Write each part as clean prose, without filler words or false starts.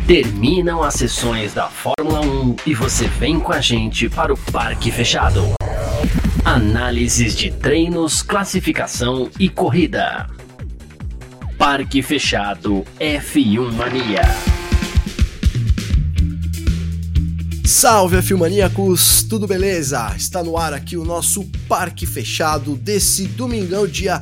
Terminam as sessões da Fórmula 1 e você vem com a gente para o Parque Fechado. Análises de treinos, classificação e corrida. Parque Fechado F1 Mania. Salve F1 Maníacos, tudo beleza? Está no ar aqui o nosso Parque Fechado desse domingão, dia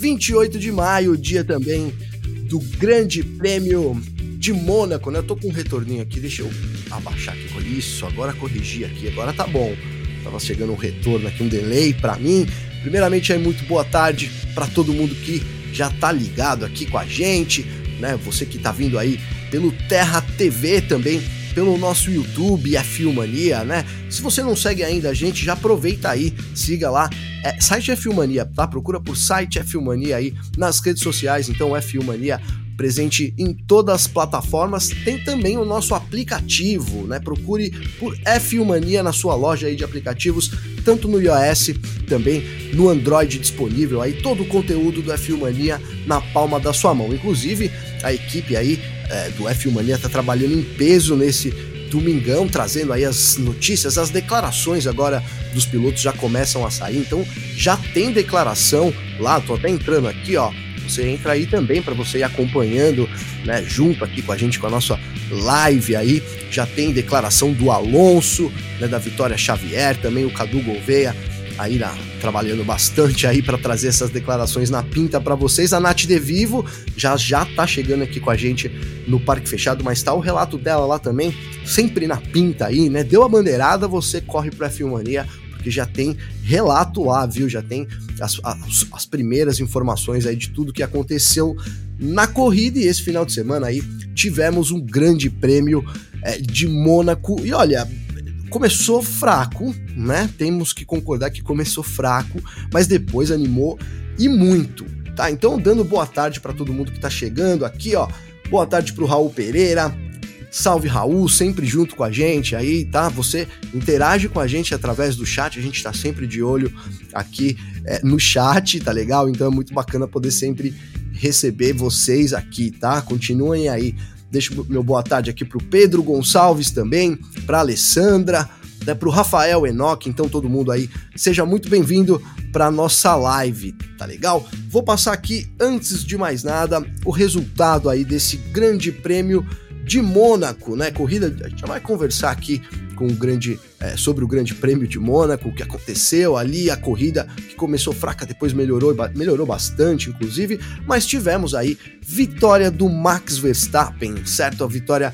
28 de maio, dia também do Grande Prêmio de Mônaco, né? Eu tô com um retorninho aqui, deixa eu abaixar aqui, isso, agora corrigir aqui, agora tá bom. Tava chegando um retorno aqui, um delay pra mim. Primeiramente aí, muito boa tarde pra todo mundo que já tá ligado aqui com a gente, né? Você que tá vindo aí pelo Terra TV também, pelo nosso YouTube, F1 Mania, né? Se você não segue ainda a gente, já aproveita aí, siga lá, site F1 Mania, tá? Procura por site F1 Mania aí nas redes sociais, então F1 Mania presente em todas as plataformas. Tem também o nosso aplicativo, né? Procure por F1 Mania na sua loja aí de aplicativos, tanto no iOS, também no Android disponível aí, todo o conteúdo do F1 Mania na palma da sua mão. Inclusive, a equipe aí do F1 Mania está trabalhando em peso nesse domingão, trazendo aí as notícias, as declarações agora dos pilotos já começam a sair, então já tem declaração lá, tô até entrando aqui, ó. Você entra aí também para você ir acompanhando, né, junto aqui com a gente, com a nossa live aí. Já tem declaração do Alonso, né, da Vitória Xavier, também o Cadu Gouveia aí trabalhando bastante aí para trazer essas declarações na pinta para vocês. A Nath De Vivo já tá chegando aqui com a gente no Parque Fechado, mas tá o relato dela lá também, sempre na pinta aí, né? Deu a bandeirada, você corre pro F1 Mania, porque já tem relato lá, viu? Já tem as primeiras informações aí de tudo que aconteceu na corrida, e esse final de semana aí tivemos um grande prêmio de Mônaco, e olha, começou fraco, né? Temos que concordar que começou fraco, mas depois animou e muito, tá? Então, dando boa tarde para todo mundo que tá chegando aqui, ó. Boa tarde pro Raul Pereira. Salve Raul, sempre junto com a gente aí, tá? Você interage com a gente através do chat, a gente tá sempre de olho aqui no chat, tá legal? Então é muito bacana poder sempre receber vocês aqui, tá? Continuem aí. Deixo meu boa tarde aqui pro Pedro Gonçalves também, pra Alessandra, né, pro Rafael Enoch, então todo mundo aí, seja muito bem-vindo pra nossa live, tá legal? Vou passar aqui, antes de mais nada, o resultado aí desse grande prêmio de Mônaco, né? Corrida, a gente já vai conversar aqui sobre o Grande Prêmio de Mônaco, o que aconteceu ali, a corrida que começou fraca, depois melhorou bastante, inclusive, mas tivemos aí vitória do Max Verstappen, certo? A vitória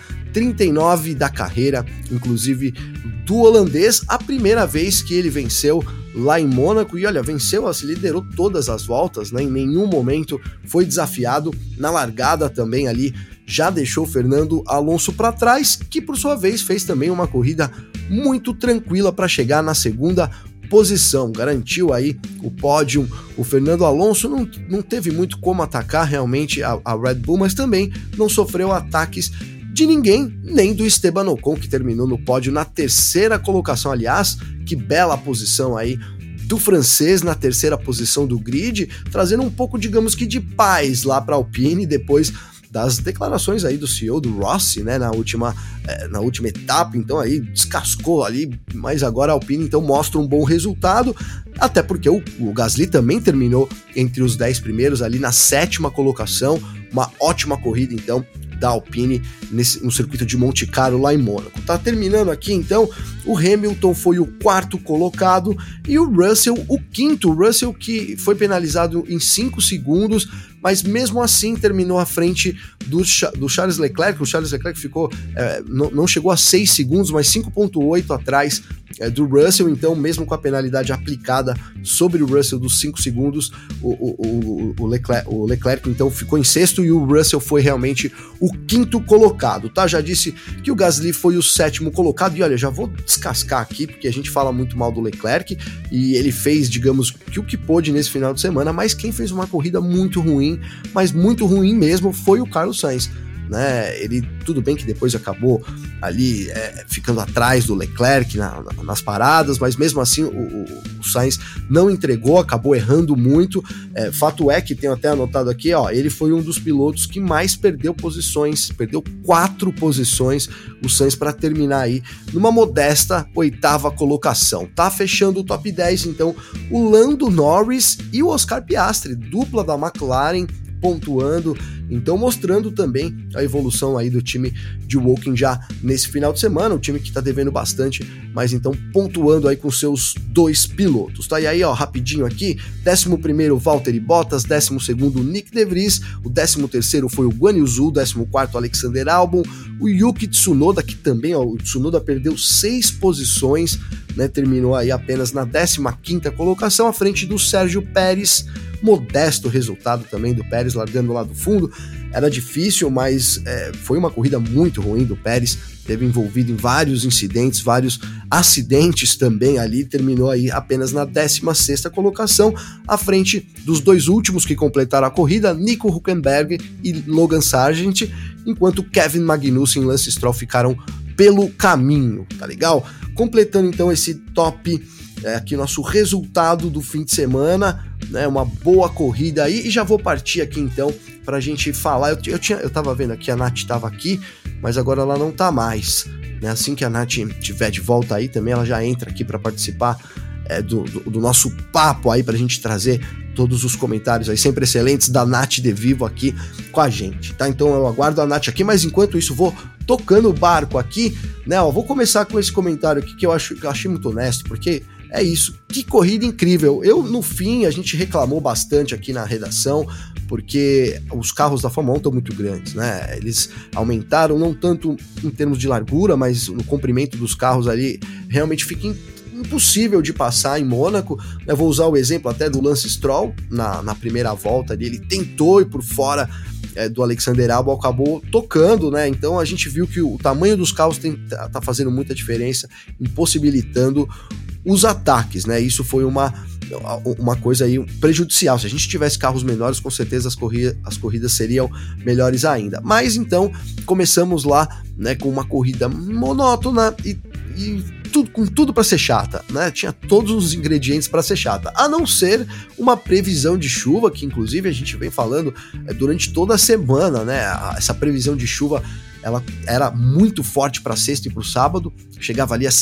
39 da carreira, inclusive do holandês, a primeira vez que ele venceu lá em Mônaco, e olha, venceu, se liderou todas as voltas, né? Em nenhum momento foi desafiado, na largada também ali, já deixou o Fernando Alonso para trás, que por sua vez fez também uma corrida muito tranquila para chegar na segunda posição, garantiu aí o pódio. O Fernando Alonso não teve muito como atacar realmente a Red Bull, mas também não sofreu ataques de ninguém, nem do Esteban Ocon, que terminou no pódio na terceira colocação. Aliás, que bela posição aí do francês na terceira posição do grid, trazendo um pouco, digamos que, de paz lá para a Alpine, depois das declarações aí do CEO, do Rossi, né, na última etapa. Então aí descascou ali, mas agora a Alpine então mostra um bom resultado, até porque o Gasly também terminou entre os 10 primeiros ali na sétima colocação, uma ótima corrida então da Alpine no circuito de Monte Carlo lá em Mônaco. Tá terminando aqui então, o Hamilton foi o quarto colocado e o Russell o quinto, o Russell que foi penalizado em 5 segundos, mas mesmo assim terminou à frente do Charles Leclerc. O Charles Leclerc ficou, não chegou a 6 segundos, mas 5,8 atrás do Russell, então mesmo com a penalidade aplicada sobre o Russell dos 5 segundos, o Leclerc então ficou em sexto e o Russell foi realmente o quinto colocado, tá? Já disse que o Gasly foi o sétimo colocado, e olha, já vou descascar aqui, porque a gente fala muito mal do Leclerc, e ele fez, digamos, que o que pôde nesse final de semana, mas quem fez uma corrida muito ruim, mas muito ruim mesmo, foi o Carlos Sainz. né? Ele, tudo bem que depois acabou ali ficando atrás do Leclerc nas paradas, mas mesmo assim o Sainz não entregou, acabou errando muito. Fato é que, tenho até anotado aqui, ele foi um dos pilotos que mais perdeu posições, perdeu 4 posições, o Sainz, para terminar aí numa modesta 8ª colocação. Tá fechando o top 10, então, o Lando Norris e o Oscar Piastri, dupla da McLaren, pontuando, então mostrando também a evolução aí do time de Woking já nesse final de semana, um time que tá devendo bastante, mas então pontuando aí com seus 2 pilotos, tá? E aí, rapidinho aqui, 11º Valtteri Bottas, 12º Nick De Vries, o 13º foi o Guan Yu Zhou, 14º Alexander Albon, o Yuki Tsunoda, que também, o Tsunoda perdeu 6 posições, né, terminou aí apenas na 15ª colocação, à frente do Sérgio Pérez. Modesto resultado também do Pérez, largando lá do fundo. Era difícil, mas foi uma corrida muito ruim do Pérez, teve envolvido em vários incidentes, vários acidentes também ali, terminou aí apenas na 16ª colocação, à frente dos 2 últimos que completaram a corrida, Nico Hülkenberg e Logan Sargent, enquanto Kevin Magnussen e Lance Stroll ficaram pelo caminho, tá legal? Completando então esse top, aqui nosso resultado do fim de semana, né, uma boa corrida aí, e já vou partir aqui então pra gente falar. Eu tava vendo aqui, a Nath tava aqui, mas agora ela não tá mais, né? Assim que a Nath tiver de volta aí também, ela já entra aqui para participar do nosso papo aí, pra gente trazer todos os comentários aí sempre excelentes da Nath De Vivo aqui com a gente, tá? Então eu aguardo a Nath aqui, mas enquanto isso vou tocando o barco aqui, né? Vou começar com esse comentário aqui que eu achei muito honesto, porque é isso, que corrida incrível. No fim, a gente reclamou bastante aqui na redação, porque os carros da Fórmula 1 estão muito grandes, né? Eles aumentaram, não tanto em termos de largura, mas no comprimento dos carros ali, realmente fica impossível de passar em Mônaco. Eu vou usar o exemplo até do Lance Stroll, na primeira volta ali, ele tentou ir por fora do Alexander Albon, acabou tocando, né? Então a gente viu que o tamanho dos carros tá fazendo muita diferença, impossibilitando os ataques, né? Isso foi uma coisa aí prejudicial. Se a gente tivesse carros menores, com certeza as corridas seriam melhores ainda. Mas então, começamos lá, né, com uma corrida monótona e com tudo para ser chata, né? Tinha todos os ingredientes para ser chata, a não ser uma previsão de chuva, que inclusive a gente vem falando durante toda a semana, né? Essa previsão de chuva, ela era muito forte para sexta e para o sábado, chegava ali a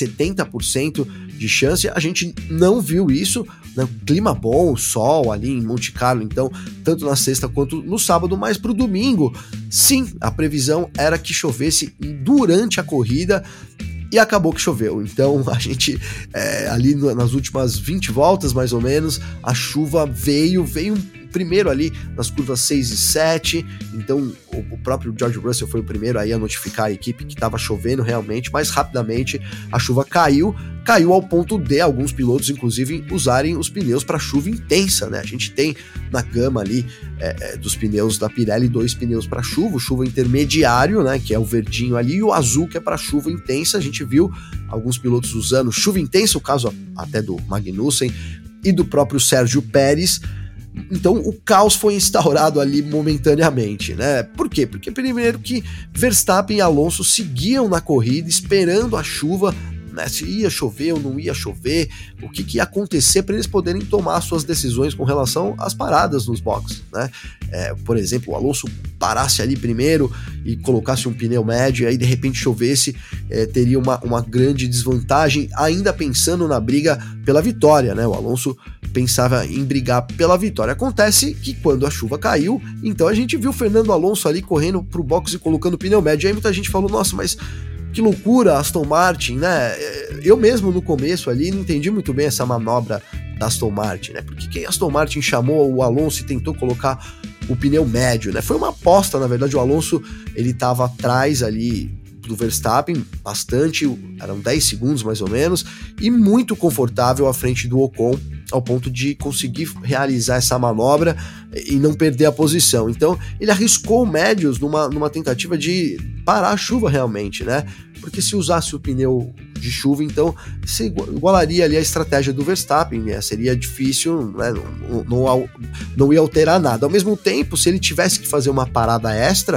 70% de chance. A gente não viu isso, né? Clima bom, sol ali em Monte Carlo, então, tanto na sexta quanto no sábado, mas para o domingo, sim, a previsão era que chovesse durante a corrida, e acabou que choveu. Então a gente, ali nas últimas 20 voltas mais ou menos, a chuva veio primeiro ali nas curvas 6 e 7, então o próprio George Russell foi o primeiro aí a notificar a equipe que estava chovendo realmente, mas rapidamente a chuva caiu ao ponto de alguns pilotos inclusive usarem os pneus para chuva intensa, né? A gente tem na gama ali dos pneus da Pirelli 2 pneus para chuva intermediário, né, que é o verdinho ali, e o azul que é para chuva intensa. A gente viu alguns pilotos usando chuva intensa, o caso até do Magnussen e do próprio Sérgio Pérez. Então o caos foi instaurado ali momentaneamente, né? Por quê? Porque primeiro que Verstappen e Alonso seguiam na corrida esperando a chuva, né? Se ia chover ou não ia chover, o que ia acontecer para eles poderem tomar suas decisões com relação às paradas nos boxes, né? Por exemplo, o Alonso parasse ali primeiro e colocasse um pneu médio e aí de repente chovesse, teria uma grande desvantagem, ainda pensando na briga pela vitória, né? O Alonso pensava em brigar pela vitória. Acontece que quando a chuva caiu, então a gente viu o Fernando Alonso ali correndo pro box e colocando o pneu médio, e aí muita gente falou, nossa, mas que loucura, Aston Martin, né? Eu mesmo no começo ali não entendi muito bem essa manobra da Aston Martin, né? Porque quem Aston Martin chamou o Alonso e tentou colocar o pneu médio, né? Foi uma aposta, na verdade. O Alonso, ele estava atrás ali do Verstappen, bastante, eram 10 segundos mais ou menos, e muito confortável à frente do Ocon, ao ponto de conseguir realizar essa manobra e não perder a posição. Então ele arriscou médios numa tentativa de parar a chuva realmente, né? Porque se usasse o pneu de chuva, então se igualaria ali a estratégia do Verstappen, né? Seria difícil, né? Não ia alterar nada. Ao mesmo tempo, se ele tivesse que fazer uma parada extra,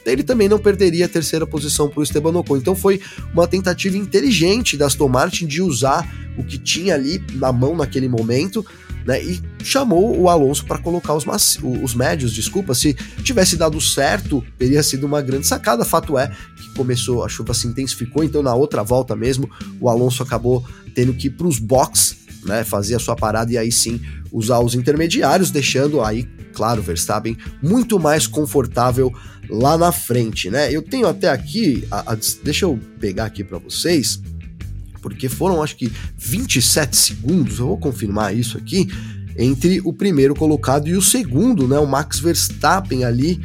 ele também não perderia a terceira posição para o Esteban Ocon. Então foi uma tentativa inteligente da Aston Martin de usar o que tinha ali na mão naquele momento, né, e chamou o Alonso para colocar os médios, se tivesse dado certo, teria sido uma grande sacada. Fato é que começou, a chuva se intensificou, então na outra volta mesmo, o Alonso acabou tendo que ir para os boxes, né, fazer a sua parada e aí sim usar os intermediários, deixando aí, claro, Verstappen muito mais confortável lá na frente, né. Eu tenho até aqui, deixa eu pegar aqui para vocês, porque foram acho que 27 segundos, eu vou confirmar isso aqui, entre o primeiro colocado e o segundo, né, o Max Verstappen ali,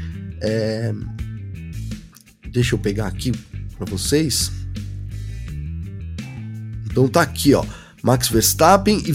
deixa eu pegar aqui para vocês, então tá aqui, ó, Max Verstappen e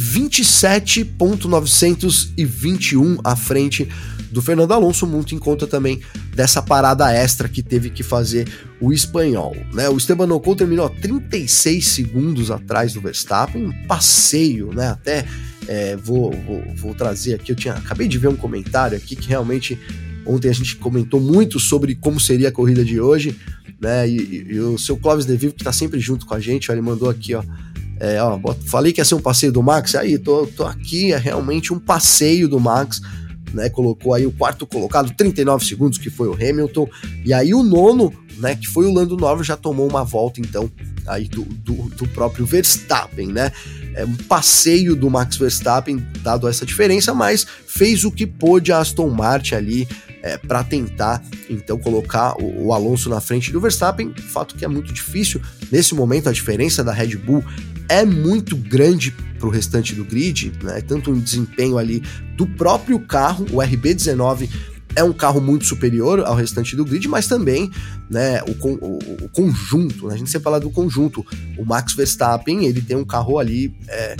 27.921 à frente do Fernando Alonso, muito em conta também dessa parada extra que teve que fazer o espanhol, né? O Esteban Ocon terminou 36 segundos atrás do Verstappen, um passeio, né? Até vou trazer aqui, acabei de ver um comentário aqui que realmente ontem a gente comentou muito sobre como seria a corrida de hoje, né? E o seu Clóvis De Vivo, que tá sempre junto com a gente, ó, ele mandou aqui, ó, falei que ia ser um passeio do Max, aí tô aqui, é realmente um passeio do Max, né, colocou aí o quarto colocado, 39 segundos, que foi o Hamilton, e aí o nono, né, que foi o Lando Norris, já tomou uma volta, então, aí do próprio Verstappen, né, um passeio do Max Verstappen, dado essa diferença, mas fez o que pôde a Aston Martin ali, para tentar, então, colocar o Alonso na frente do Verstappen, fato que é muito difícil, nesse momento a diferença da Red Bull é muito grande para o restante do grid, né? Tanto um desempenho ali do próprio carro, o RB19 é um carro muito superior ao restante do grid, mas também, né, o conjunto, né? A gente sempre fala do conjunto, o Max Verstappen, ele tem um carro ali,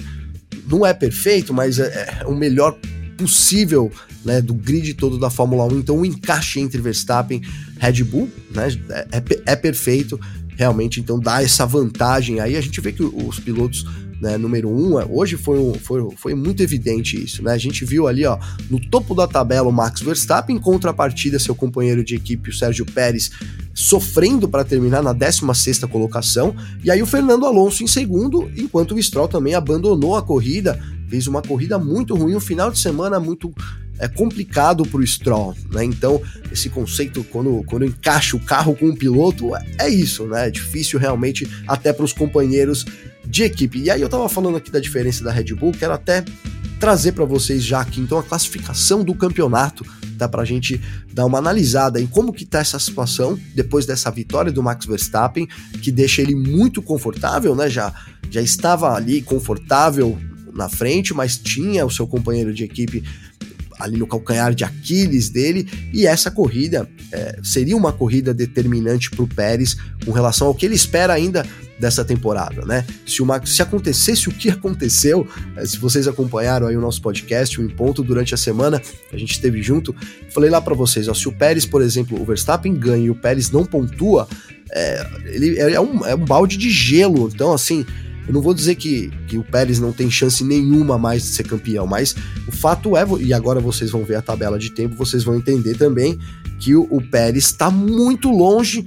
não é perfeito, mas é o melhor possível, né, do grid todo da Fórmula 1, então o encaixe entre Verstappen e Red Bull, né, é perfeito, realmente, então dá essa vantagem aí. A gente vê que os pilotos, né, número 1, hoje foi muito evidente isso, né? A gente viu ali, ó, no topo da tabela o Max Verstappen, em contrapartida seu companheiro de equipe, o Sérgio Pérez, sofrendo para terminar na 16ª colocação, e aí o Fernando Alonso em segundo, enquanto o Stroll também abandonou a corrida, fez uma corrida muito ruim, um final de semana muito complicado para o Stroll, né? Então esse conceito, quando encaixa o carro com o piloto, é isso, né? É difícil realmente até para os companheiros de equipe. E aí eu tava falando aqui da diferença da Red Bull, quero até trazer para vocês já aqui então a classificação do campeonato, tá, pra gente dar uma analisada em como que tá essa situação depois dessa vitória do Max Verstappen, que deixa ele muito confortável, né? Já estava ali confortável na frente, mas tinha o seu companheiro de equipe ali no calcanhar de Aquiles dele, e essa corrida seria uma corrida determinante para o Pérez com relação ao que ele espera ainda dessa temporada, né? Se acontecesse o que aconteceu, se vocês acompanharam aí o nosso podcast, o Em Ponto, durante a semana, a gente esteve junto, falei lá para vocês, ó, se o Pérez, por exemplo, o Verstappen ganha e o Pérez não pontua, ele é um balde de gelo, então assim, eu não vou dizer que o Pérez não tem chance nenhuma mais de ser campeão, mas o fato é, e agora vocês vão ver a tabela de tempo, vocês vão entender também que o Pérez está muito longe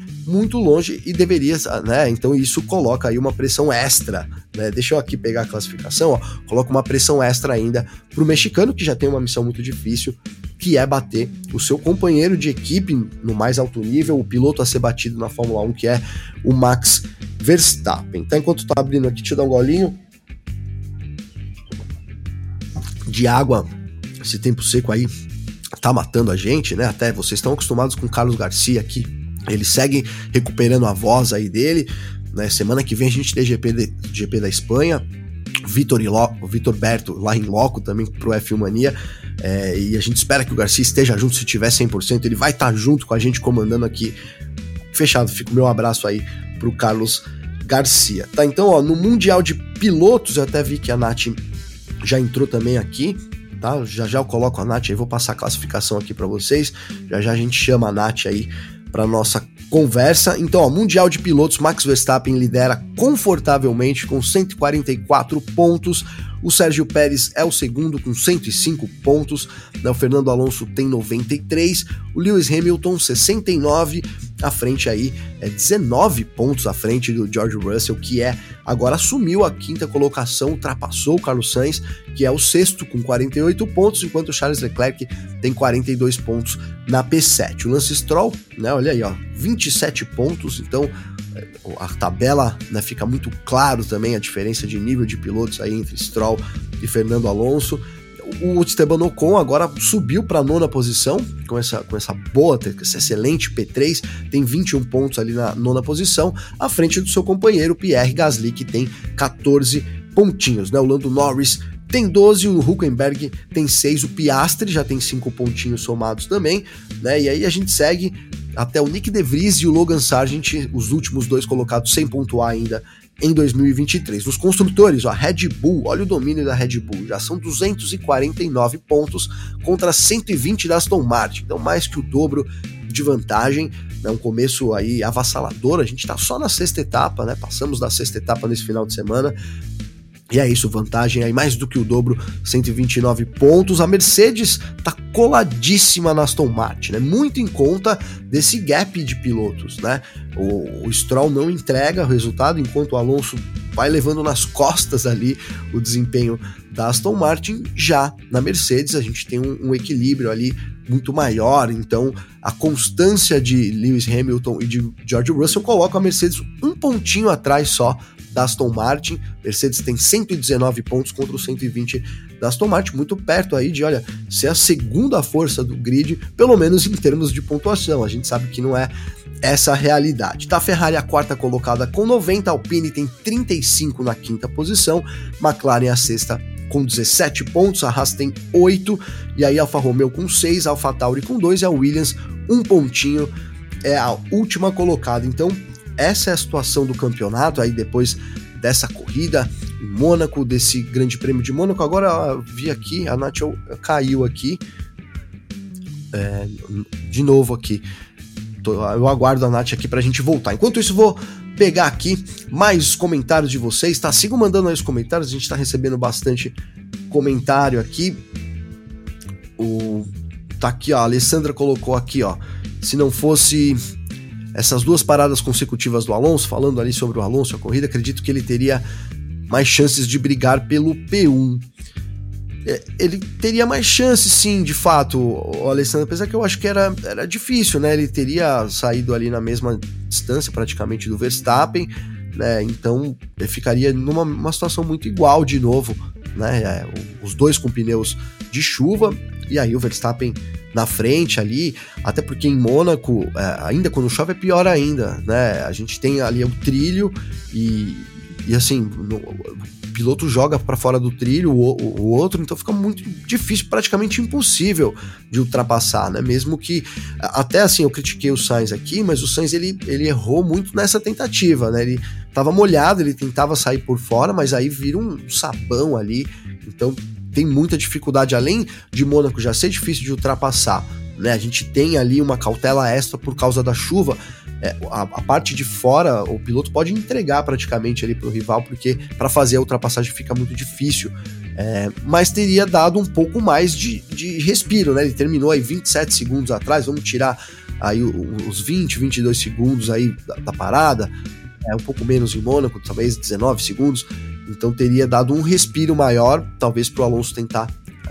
e deveria, né? Então isso coloca aí uma pressão extra, né? Deixa eu aqui pegar a classificação, ó, coloca uma pressão extra ainda pro mexicano, que já tem uma missão muito difícil, que é bater o seu companheiro de equipe no mais alto nível, o piloto a ser batido na Fórmula 1, que é o Max Verstappen. Então, enquanto tá abrindo aqui, deixa eu dar um golinho de água. Esse tempo seco aí tá matando a gente, né? Até vocês estão acostumados com o Carlos Garcia aqui, ele segue recuperando a voz aí dele, né? Semana que vem a gente tem GP da Espanha, Vitor Berto lá em loco também pro F1 Mania, e a gente espera que o Garcia esteja junto. Se tiver 100%, ele vai estar junto com a gente comandando aqui. Fechado, fica o meu abraço aí pro Carlos Garcia, tá? Então, ó, no Mundial de Pilotos, eu até vi que a Nath já entrou também aqui, tá? Já eu coloco a Nath aí, vou passar a classificação aqui para vocês, já a gente chama a Nath aí para nossa conversa. Então, ó, Mundial de Pilotos, Max Verstappen lidera confortavelmente com 144 pontos, o Sérgio Pérez é o segundo com 105 pontos, né? O Fernando Alonso tem 93, o Lewis Hamilton 69, à frente aí, 19 pontos à frente do George Russell, que agora assumiu a 5ª colocação, ultrapassou o Carlos Sainz, que é o 6º com 48 pontos, enquanto o Charles Leclerc tem 42 pontos na P7. O Lance Stroll, né, olha aí, ó, 27 pontos, então a tabela, né, fica muito claro também a diferença de nível de pilotos aí entre Stroll e Fernando Alonso. O Esteban Ocon agora subiu para a 9ª posição, com essa excelente P3, tem 21 pontos ali na 9ª posição, à frente do seu companheiro Pierre Gasly, que tem 14 pontinhos, né? O Lando Norris tem 12, o Hülkenberg tem 6, o Piastri já tem 5 pontinhos somados também, né? E aí a gente segue até o Nick De Vries e o Logan Sargent, os últimos 2 colocados sem pontuar ainda em 2023. Nos construtores, a Red Bull, olha o domínio da Red Bull, já são 249 pontos contra 120 da Aston Martin, então mais que o dobro de vantagem, né? Um começo aí avassalador, a gente tá só na 6ª etapa, né? Passamos da 6ª etapa nesse final de semana, e é isso, vantagem aí mais do que o dobro, 129 pontos. A Mercedes tá coladíssima na Aston Martin, né? Muito em conta desse gap de pilotos, né? O Stroll não entrega o resultado, enquanto o Alonso vai levando nas costas ali o desempenho da Aston Martin. Já na Mercedes a gente tem um equilíbrio ali muito maior, então a constância de Lewis Hamilton e de George Russell coloca a Mercedes um pontinho atrás só da Aston Martin. Mercedes tem 119 pontos contra os 120 da Aston Martin, muito perto aí de, olha, ser a 2ª força do grid, pelo menos em termos de pontuação. A gente sabe que não é essa a realidade. Tá a Ferrari a 4ª colocada com 90, Alpine tem 35 na 5ª posição, McLaren a 6ª com 17 pontos, a Haas tem 8, e aí Alfa Romeo com 6, a AlphaTauri com 2 e a Williams 1 pontinho, é a última colocada. Então essa é a situação do campeonato aí depois dessa corrida em Mônaco, desse grande prêmio de Mônaco. Agora eu vi aqui, a Nath caiu aqui, de novo aqui, eu aguardo a Nath aqui pra gente voltar. Enquanto isso, vou pegar aqui mais comentários de vocês, tá? Sigam mandando aí os comentários, a gente tá recebendo bastante comentário aqui. Tá aqui, ó, a Alessandra colocou aqui, ó, se não fosse essas 2 paradas consecutivas do Alonso, falando ali sobre o Alonso, a corrida, acredito que ele teria mais chances de brigar pelo P1. Ele teria mais chances, sim, de fato, o Alessandro, apesar que eu acho que era difícil, né? Ele teria saído ali na mesma distância praticamente do Verstappen, né? Então ele ficaria numa situação muito igual de novo, né? Os 2 com pneus de chuva, e aí o Verstappen na frente ali, até porque em Mônaco, ainda quando chove é pior ainda, né? A gente tem ali o trilho e assim, o piloto joga para fora do trilho o outro, então fica muito difícil, praticamente impossível de ultrapassar, né? Mesmo que, até assim, eu critiquei o Sainz aqui, mas o Sainz ele errou muito nessa tentativa, né? Ele tava molhado, ele tentava sair por fora, mas aí vira um sabão ali, então tem muita dificuldade, além de Mônaco já ser difícil de ultrapassar, né? A gente tem ali uma cautela extra por causa da chuva. A parte de fora, o piloto pode entregar praticamente ali pro rival, porque para fazer a ultrapassagem fica muito difícil, mas teria dado um pouco mais de respiro, né? Ele terminou aí 27 segundos atrás, vamos tirar aí os 22 segundos aí da parada, um pouco menos em Mônaco, talvez 19 segundos, então teria dado um respiro maior, talvez pro Alonso tentar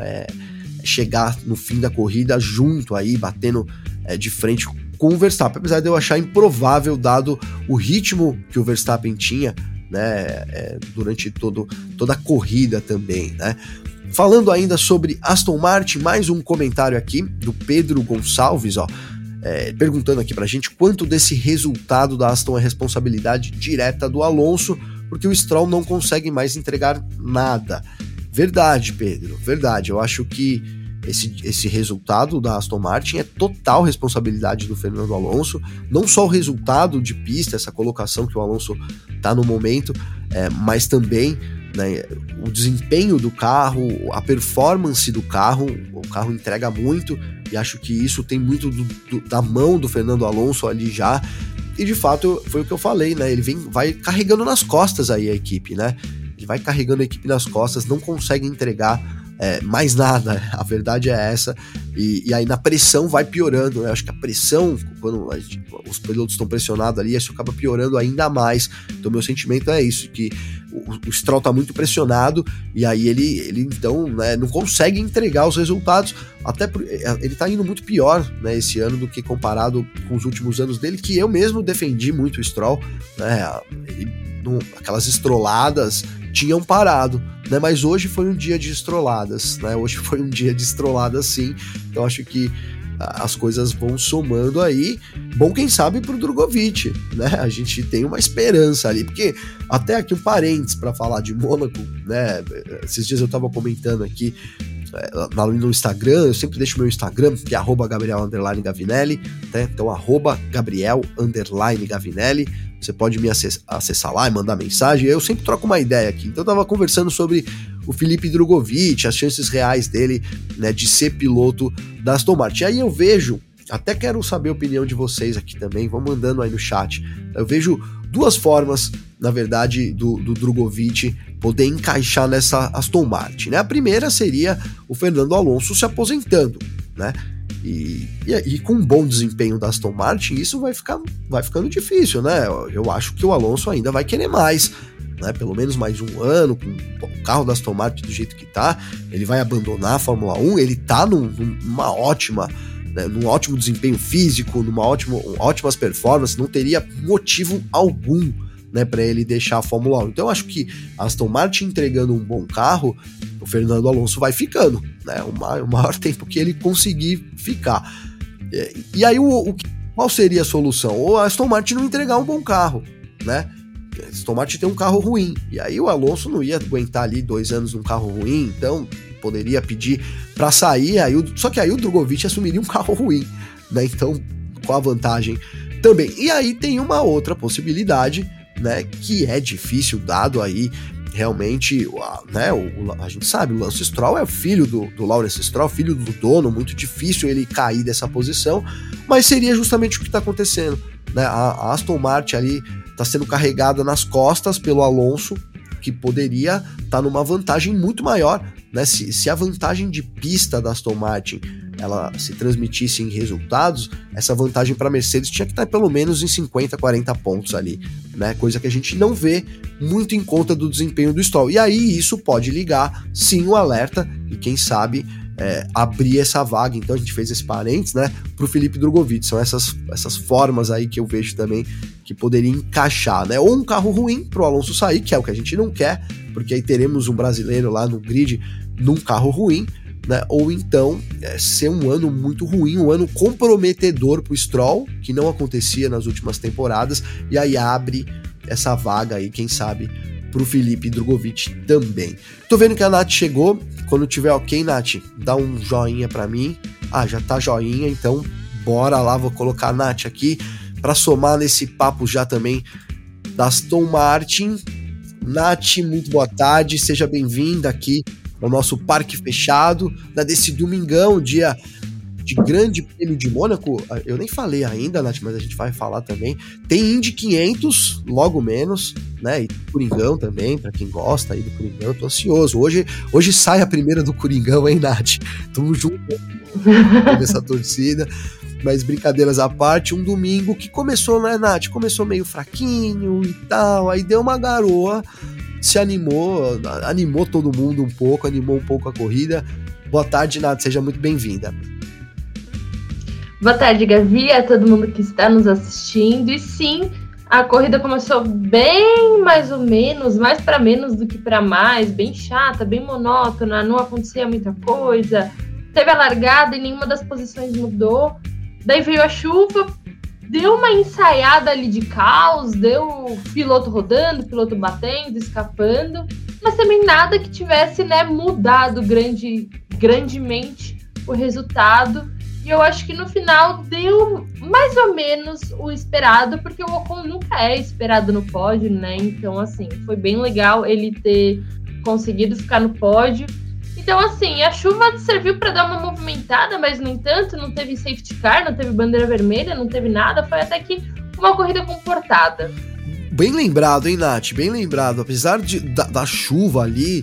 chegar no fim da corrida junto aí, batendo de frente com o Verstappen, apesar de eu achar improvável, dado o ritmo que o Verstappen tinha, né, durante toda a corrida também, né. Falando ainda sobre Aston Martin, mais um comentário aqui do Pedro Gonçalves, ó, perguntando aqui pra gente quanto desse resultado da Aston é responsabilidade direta do Alonso, porque o Stroll não consegue mais entregar nada. Verdade, Pedro, verdade. Eu acho que esse resultado da Aston Martin é total responsabilidade do Fernando Alonso, não só o resultado de pista, essa colocação que o Alonso tá no momento, mas também, né, o desempenho do carro, a performance do carro. O carro entrega muito e acho que isso tem muito da mão do Fernando Alonso ali já, e de fato foi o que eu falei, né, ele vai carregando nas costas aí a equipe, né, ele vai carregando a equipe nas costas, não consegue entregar mais nada, a verdade é essa, e aí na pressão vai piorando, né? Acho que a pressão quando os pilotos estão pressionados ali, isso acaba piorando ainda mais. Então meu sentimento é isso, que o Stroll tá muito pressionado, e aí ele então, né, não consegue entregar os resultados, até ele tá indo muito pior, né, esse ano do que comparado com os últimos anos dele, que eu mesmo defendi muito o Stroll, né, aquelas estroladas tinham parado, né, mas hoje foi um dia de estroladas, né, hoje foi um dia de estroladas sim, então acho que as coisas vão somando aí. Bom, quem sabe pro Drogovic, né? A gente tem uma esperança ali, porque até aqui um parênteses para falar de Mônaco, né? Esses dias eu tava comentando aqui no Instagram, eu sempre deixo meu Instagram, que é @Gabriel_Gavinelli, né? Então @Gabriel_Gavinelli, você pode me acessar lá e mandar mensagem, eu sempre troco uma ideia aqui. Então eu tava conversando sobre o Felipe Drogovic, as chances reais dele, né, de ser piloto da Aston Martin. Aí eu vejo, até quero saber a opinião de vocês aqui também, vão mandando aí no chat, eu vejo duas formas, na verdade, do Drogovic poder encaixar nessa Aston Martin, né? A primeira seria o Fernando Alonso se aposentando, né? E com um bom desempenho da Aston Martin, isso vai ficando difícil, né? Eu acho que o Alonso ainda vai querer mais, né? Pelo menos mais um ano, com o carro da Aston Martin do jeito que tá, ele vai abandonar a Fórmula 1, ele tá num ótimo desempenho físico, ótimas performances, não teria motivo algum, né, para ele deixar a Fórmula 1. Então eu acho que a Aston Martin entregando um bom carro, o Fernando Alonso vai ficando, né, o maior tempo que ele conseguir ficar. E aí qual seria a solução? Ou a Aston Martin não entregar um bom carro, né? A Aston Martin tem um carro ruim, e aí o Alonso não ia aguentar ali 2 anos num carro ruim, então poderia pedir para sair, só que aí o Drogovic assumiria um carro ruim, né? Então, qual a vantagem também? E aí tem uma outra possibilidade, né, que é difícil, dado aí realmente, né, a gente sabe, o Lance Stroll é filho do Lawrence Stroll, filho do dono, muito difícil ele cair dessa posição, mas seria justamente o que está acontecendo, né? A Aston Martin ali está sendo carregada nas costas pelo Alonso, que poderia estar numa vantagem muito maior, né? Se a vantagem de pista da Aston Martin ela se transmitisse em resultados, essa vantagem para a Mercedes tinha que estar pelo menos em 50, 40 pontos ali, né? Coisa que a gente não vê muito em conta do desempenho do Stroll. E aí isso pode ligar, sim, o alerta, e quem sabe abrir essa vaga. Então a gente fez esse parênteses, né, pro Felipe Drogovic. São essas formas aí que eu vejo também que poderia encaixar, né? Ou um carro ruim pro Alonso sair, que é o que a gente não quer, porque aí teremos um brasileiro lá no grid num carro ruim, né? Ou então ser um ano muito ruim, um ano comprometedor pro Stroll, que não acontecia nas últimas temporadas, e aí abre essa vaga aí, quem sabe, pro Felipe Drogovic também. Tô vendo que a Nath chegou. Quando tiver ok, Nath, dá um joinha pra mim. Já tá joinha, então bora lá, vou colocar a Nath aqui pra somar nesse papo já também da Aston Martin. Nath, muito boa tarde, seja bem-vinda aqui ao nosso Parque Fechado, desse domingão, dia de Grande Prêmio de Mônaco. Eu nem falei ainda, Nath, mas a gente vai falar também. Tem Indy 500, logo menos, né? E Coringão também, pra quem gosta aí do Coringão. Tô ansioso. Hoje sai a primeira do Coringão, hein, Nath? Tamo junto nessa torcida. Mas brincadeiras à parte, um domingo que começou, né, Nath? Começou meio fraquinho e tal, aí deu uma garoa, se animou todo mundo um pouco, animou um pouco a corrida. Boa tarde, Nath, seja muito bem-vinda. Boa tarde, Gavi, a todo mundo que está nos assistindo. E sim, a corrida começou bem mais ou menos, mais para menos do que para mais, bem chata, bem monótona, não acontecia muita coisa. Teve a largada e nenhuma das posições mudou. Daí veio a chuva, deu uma ensaiada ali de caos, deu piloto rodando, piloto batendo, escapando, mas também nada que tivesse, né, mudado grandemente o resultado. E eu acho que no final deu mais ou menos o esperado, porque o Ocon nunca é esperado no pódio, né? Então, assim, foi bem legal ele ter conseguido ficar no pódio. Então, assim, a chuva serviu para dar uma movimentada, mas, no entanto, não teve safety car, não teve bandeira vermelha, não teve nada. Foi até que uma corrida comportada. Bem lembrado, hein, Nath? Bem lembrado. Apesar da chuva ali,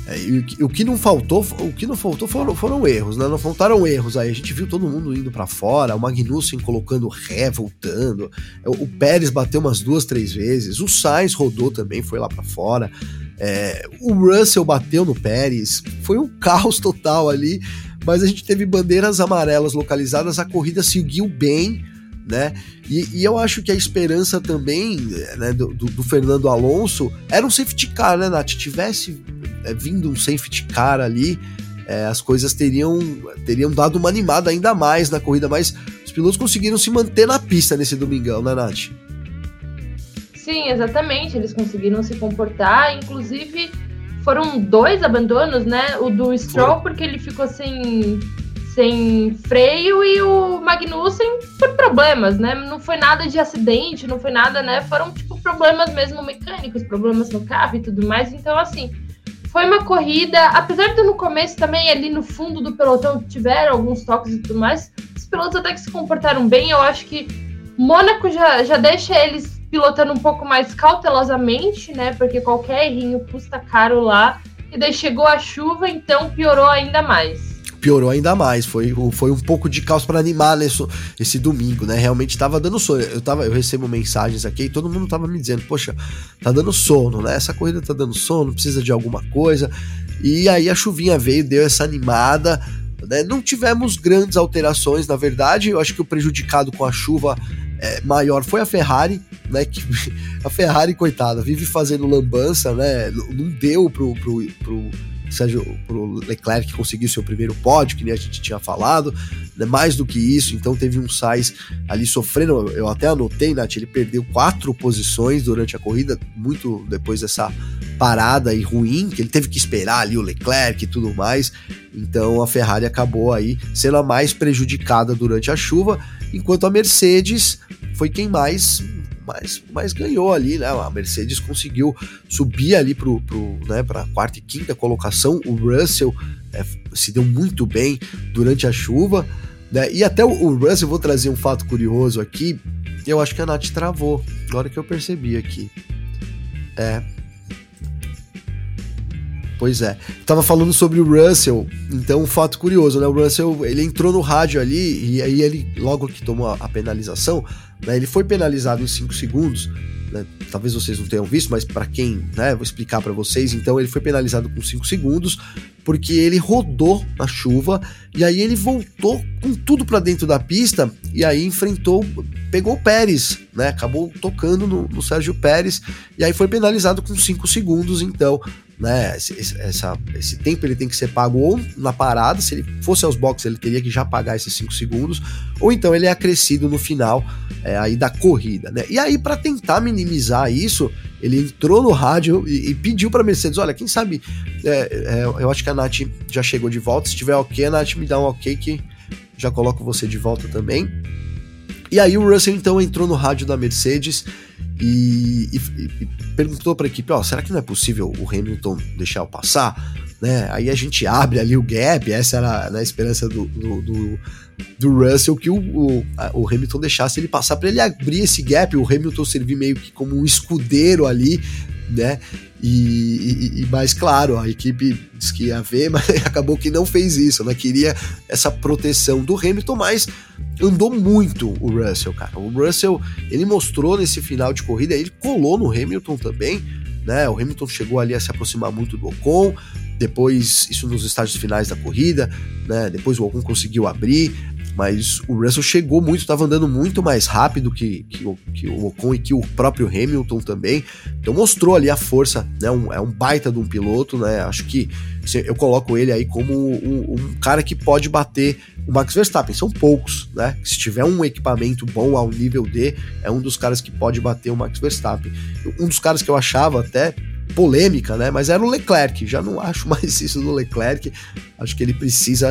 O que não faltou foram erros, né? Não faltaram erros aí. A gente viu todo mundo indo pra fora, o Magnussen colocando ré, voltando, o Pérez bateu umas 2-3 vezes, o Sainz rodou também, foi lá pra fora, o Russell bateu no Pérez, foi um caos total ali, mas a gente teve bandeiras amarelas localizadas, a corrida seguiu bem, né? E eu acho que a esperança também, né, do Fernando Alonso era um safety car, né, Nath? Tivesse vindo um safety car ali, as coisas teriam dado uma animada ainda mais na corrida, mas os pilotos conseguiram se manter na pista nesse domingão, né, Nath? Sim, exatamente, eles conseguiram se comportar, inclusive foram 2 abandonos, né? O do Stroll, porque ele ficou sem freio, e o Magnussen por problemas, né? Não foi nada de acidente, não foi nada, né? Foram, tipo, problemas mesmo mecânicos, problemas no carro e tudo mais. Então, assim, foi uma corrida, apesar de no começo também, ali no fundo do pelotão, tiveram alguns toques e tudo mais, os pilotos até que se comportaram bem. Eu acho que Mônaco já deixa eles pilotando um pouco mais cautelosamente, né? Porque qualquer errinho custa caro lá. E daí chegou a chuva, então piorou ainda mais. Foi um pouco de caos para animar esse domingo, né? Realmente tava dando sono. Eu recebo mensagens aqui e todo mundo tava me dizendo, poxa, tá dando sono, né? Essa corrida tá dando sono, precisa de alguma coisa. E aí a chuvinha veio, deu essa animada, né? Não tivemos grandes alterações, na verdade. Eu acho que o prejudicado com a chuva maior foi a Ferrari, né? Que a Ferrari, coitada, vive fazendo lambança, né? Não deu pro Leclerc que conseguiu seu primeiro pódio, que nem a gente tinha falado, né? Mais do que isso, então teve um Sainz ali sofrendo, eu até anotei, Nath, ele perdeu 4 posições durante a corrida, muito depois dessa parada aí ruim, que ele teve que esperar ali o Leclerc e tudo mais, então a Ferrari acabou aí sendo a mais prejudicada durante a chuva, enquanto a Mercedes foi quem mais ganhou ali, né? A Mercedes conseguiu subir ali para a 4ª e 5ª colocação. O Russell se deu muito bem durante a chuva, né? E até o Russell, vou trazer um fato curioso aqui, eu acho que a Nath travou, agora que eu percebi aqui. Pois é, tava falando sobre o Russell, então um fato curioso, né? O Russell, ele entrou no rádio ali, e aí ele, logo que tomou a penalização, né, ele foi penalizado em 5 segundos, né? Talvez vocês não tenham visto, mas para quem, né, vou explicar para vocês. Então ele foi penalizado com 5 segundos, porque ele rodou na chuva, e aí ele voltou com tudo para dentro da pista, e aí pegou o Pérez, né? Acabou tocando no Sérgio Pérez, e aí foi penalizado com 5 segundos, então, né, esse tempo ele tem que ser pago ou na parada, se ele fosse aos boxes ele teria que já pagar esses 5 segundos, ou então ele é acrescido no final aí da corrida, né? E aí, para tentar minimizar isso, ele entrou no rádio e pediu para Mercedes, olha, quem sabe, eu acho que a Nath já chegou de volta, se tiver ok, a Nath me dá um ok que já coloco você de volta também. E aí o Russell então entrou no rádio da Mercedes e perguntou para a equipe, será que não é possível o Hamilton deixar eu passar? Né? Aí a gente abre ali o gap, essa era a esperança do Russell, que o Hamilton deixasse ele passar, para ele abrir esse gap, o Hamilton servir meio que como um escudeiro ali, né? Mas claro, a equipe disse que ia ver, mas acabou que não fez isso, né? Queria essa proteção do Hamilton, mas andou muito o Russell, cara. O Russell, ele mostrou nesse final de corrida, ele colou no Hamilton também, né? O Hamilton chegou ali a se aproximar muito do Ocon, depois, isso nos estágios finais da corrida, né? Depois o Ocon conseguiu abrir, mas o Russell chegou muito, estava andando muito mais rápido que o Ocon e que o próprio Hamilton também, então mostrou ali a força, né? É um baita de um piloto, né? Acho que eu coloco ele aí como um cara que pode bater o Max Verstappen, são poucos, né? Se tiver um equipamento bom ao nível D, é um dos caras que pode bater o Max Verstappen. Um dos caras que eu achava até polêmica, né? Mas era o Leclerc, já não acho mais isso do Leclerc, acho que ele precisa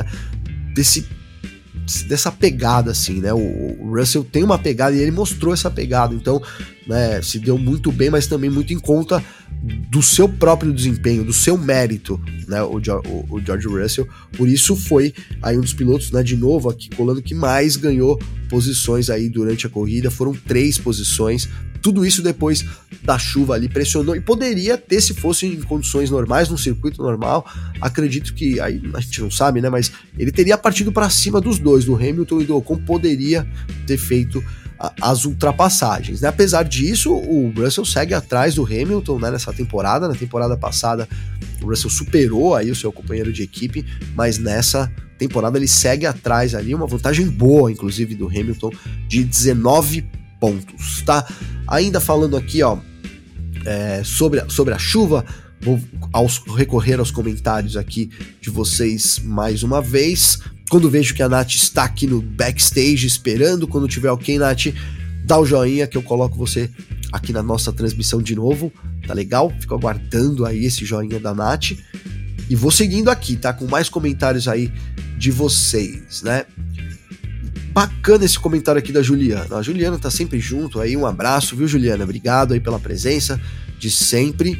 dessa pegada, assim, né? O Russell tem uma pegada e ele mostrou essa pegada, então, né, se deu muito bem, mas também muito em conta do seu próprio desempenho, do seu mérito, né, o George Russell, por isso foi aí um dos pilotos, né, de novo aqui colando, que mais ganhou posições aí durante a corrida, foram 3 posições, tudo isso depois da chuva ali pressionou, e poderia ter, se fosse em condições normais, num circuito normal, acredito que, aí a gente não sabe, né, mas ele teria partido para cima dos dois, do Hamilton e do Ocon, poderia ter feito as ultrapassagens, né? Apesar disso, o Russell segue atrás do Hamilton, né, nessa temporada. Na temporada passada o Russell superou aí o seu companheiro de equipe, mas nessa temporada ele segue atrás ali, uma vantagem boa, inclusive, do Hamilton, de 19 pontos, tá? Ainda falando aqui, ó, sobre a chuva, vou recorrer aos comentários aqui de vocês mais uma vez. Quando vejo que a Nath está aqui no backstage esperando, quando tiver ok, Nath, dá o joinha que eu coloco você aqui na nossa transmissão de novo, tá legal? Fico aguardando aí esse joinha da Nath. E vou seguindo aqui, tá? Com mais comentários aí de vocês, né? Bacana esse comentário aqui da Juliana. A Juliana tá sempre junto aí, um abraço, viu, Juliana? Obrigado aí pela presença de sempre.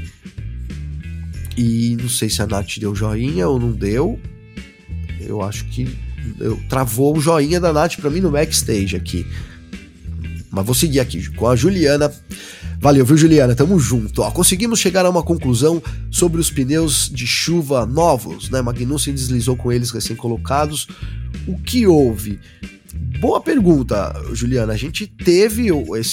E não sei se a Nath deu joinha ou não deu. Eu acho que travou o joinha da Nath pra mim no backstage aqui. Mas vou seguir aqui com a Juliana. Valeu, viu, Juliana? Tamo junto. Ó, conseguimos chegar a uma conclusão sobre os pneus de chuva novos, né? Magnussen deslizou com eles recém-colocados. O que houve? Boa pergunta, Juliana. A gente teve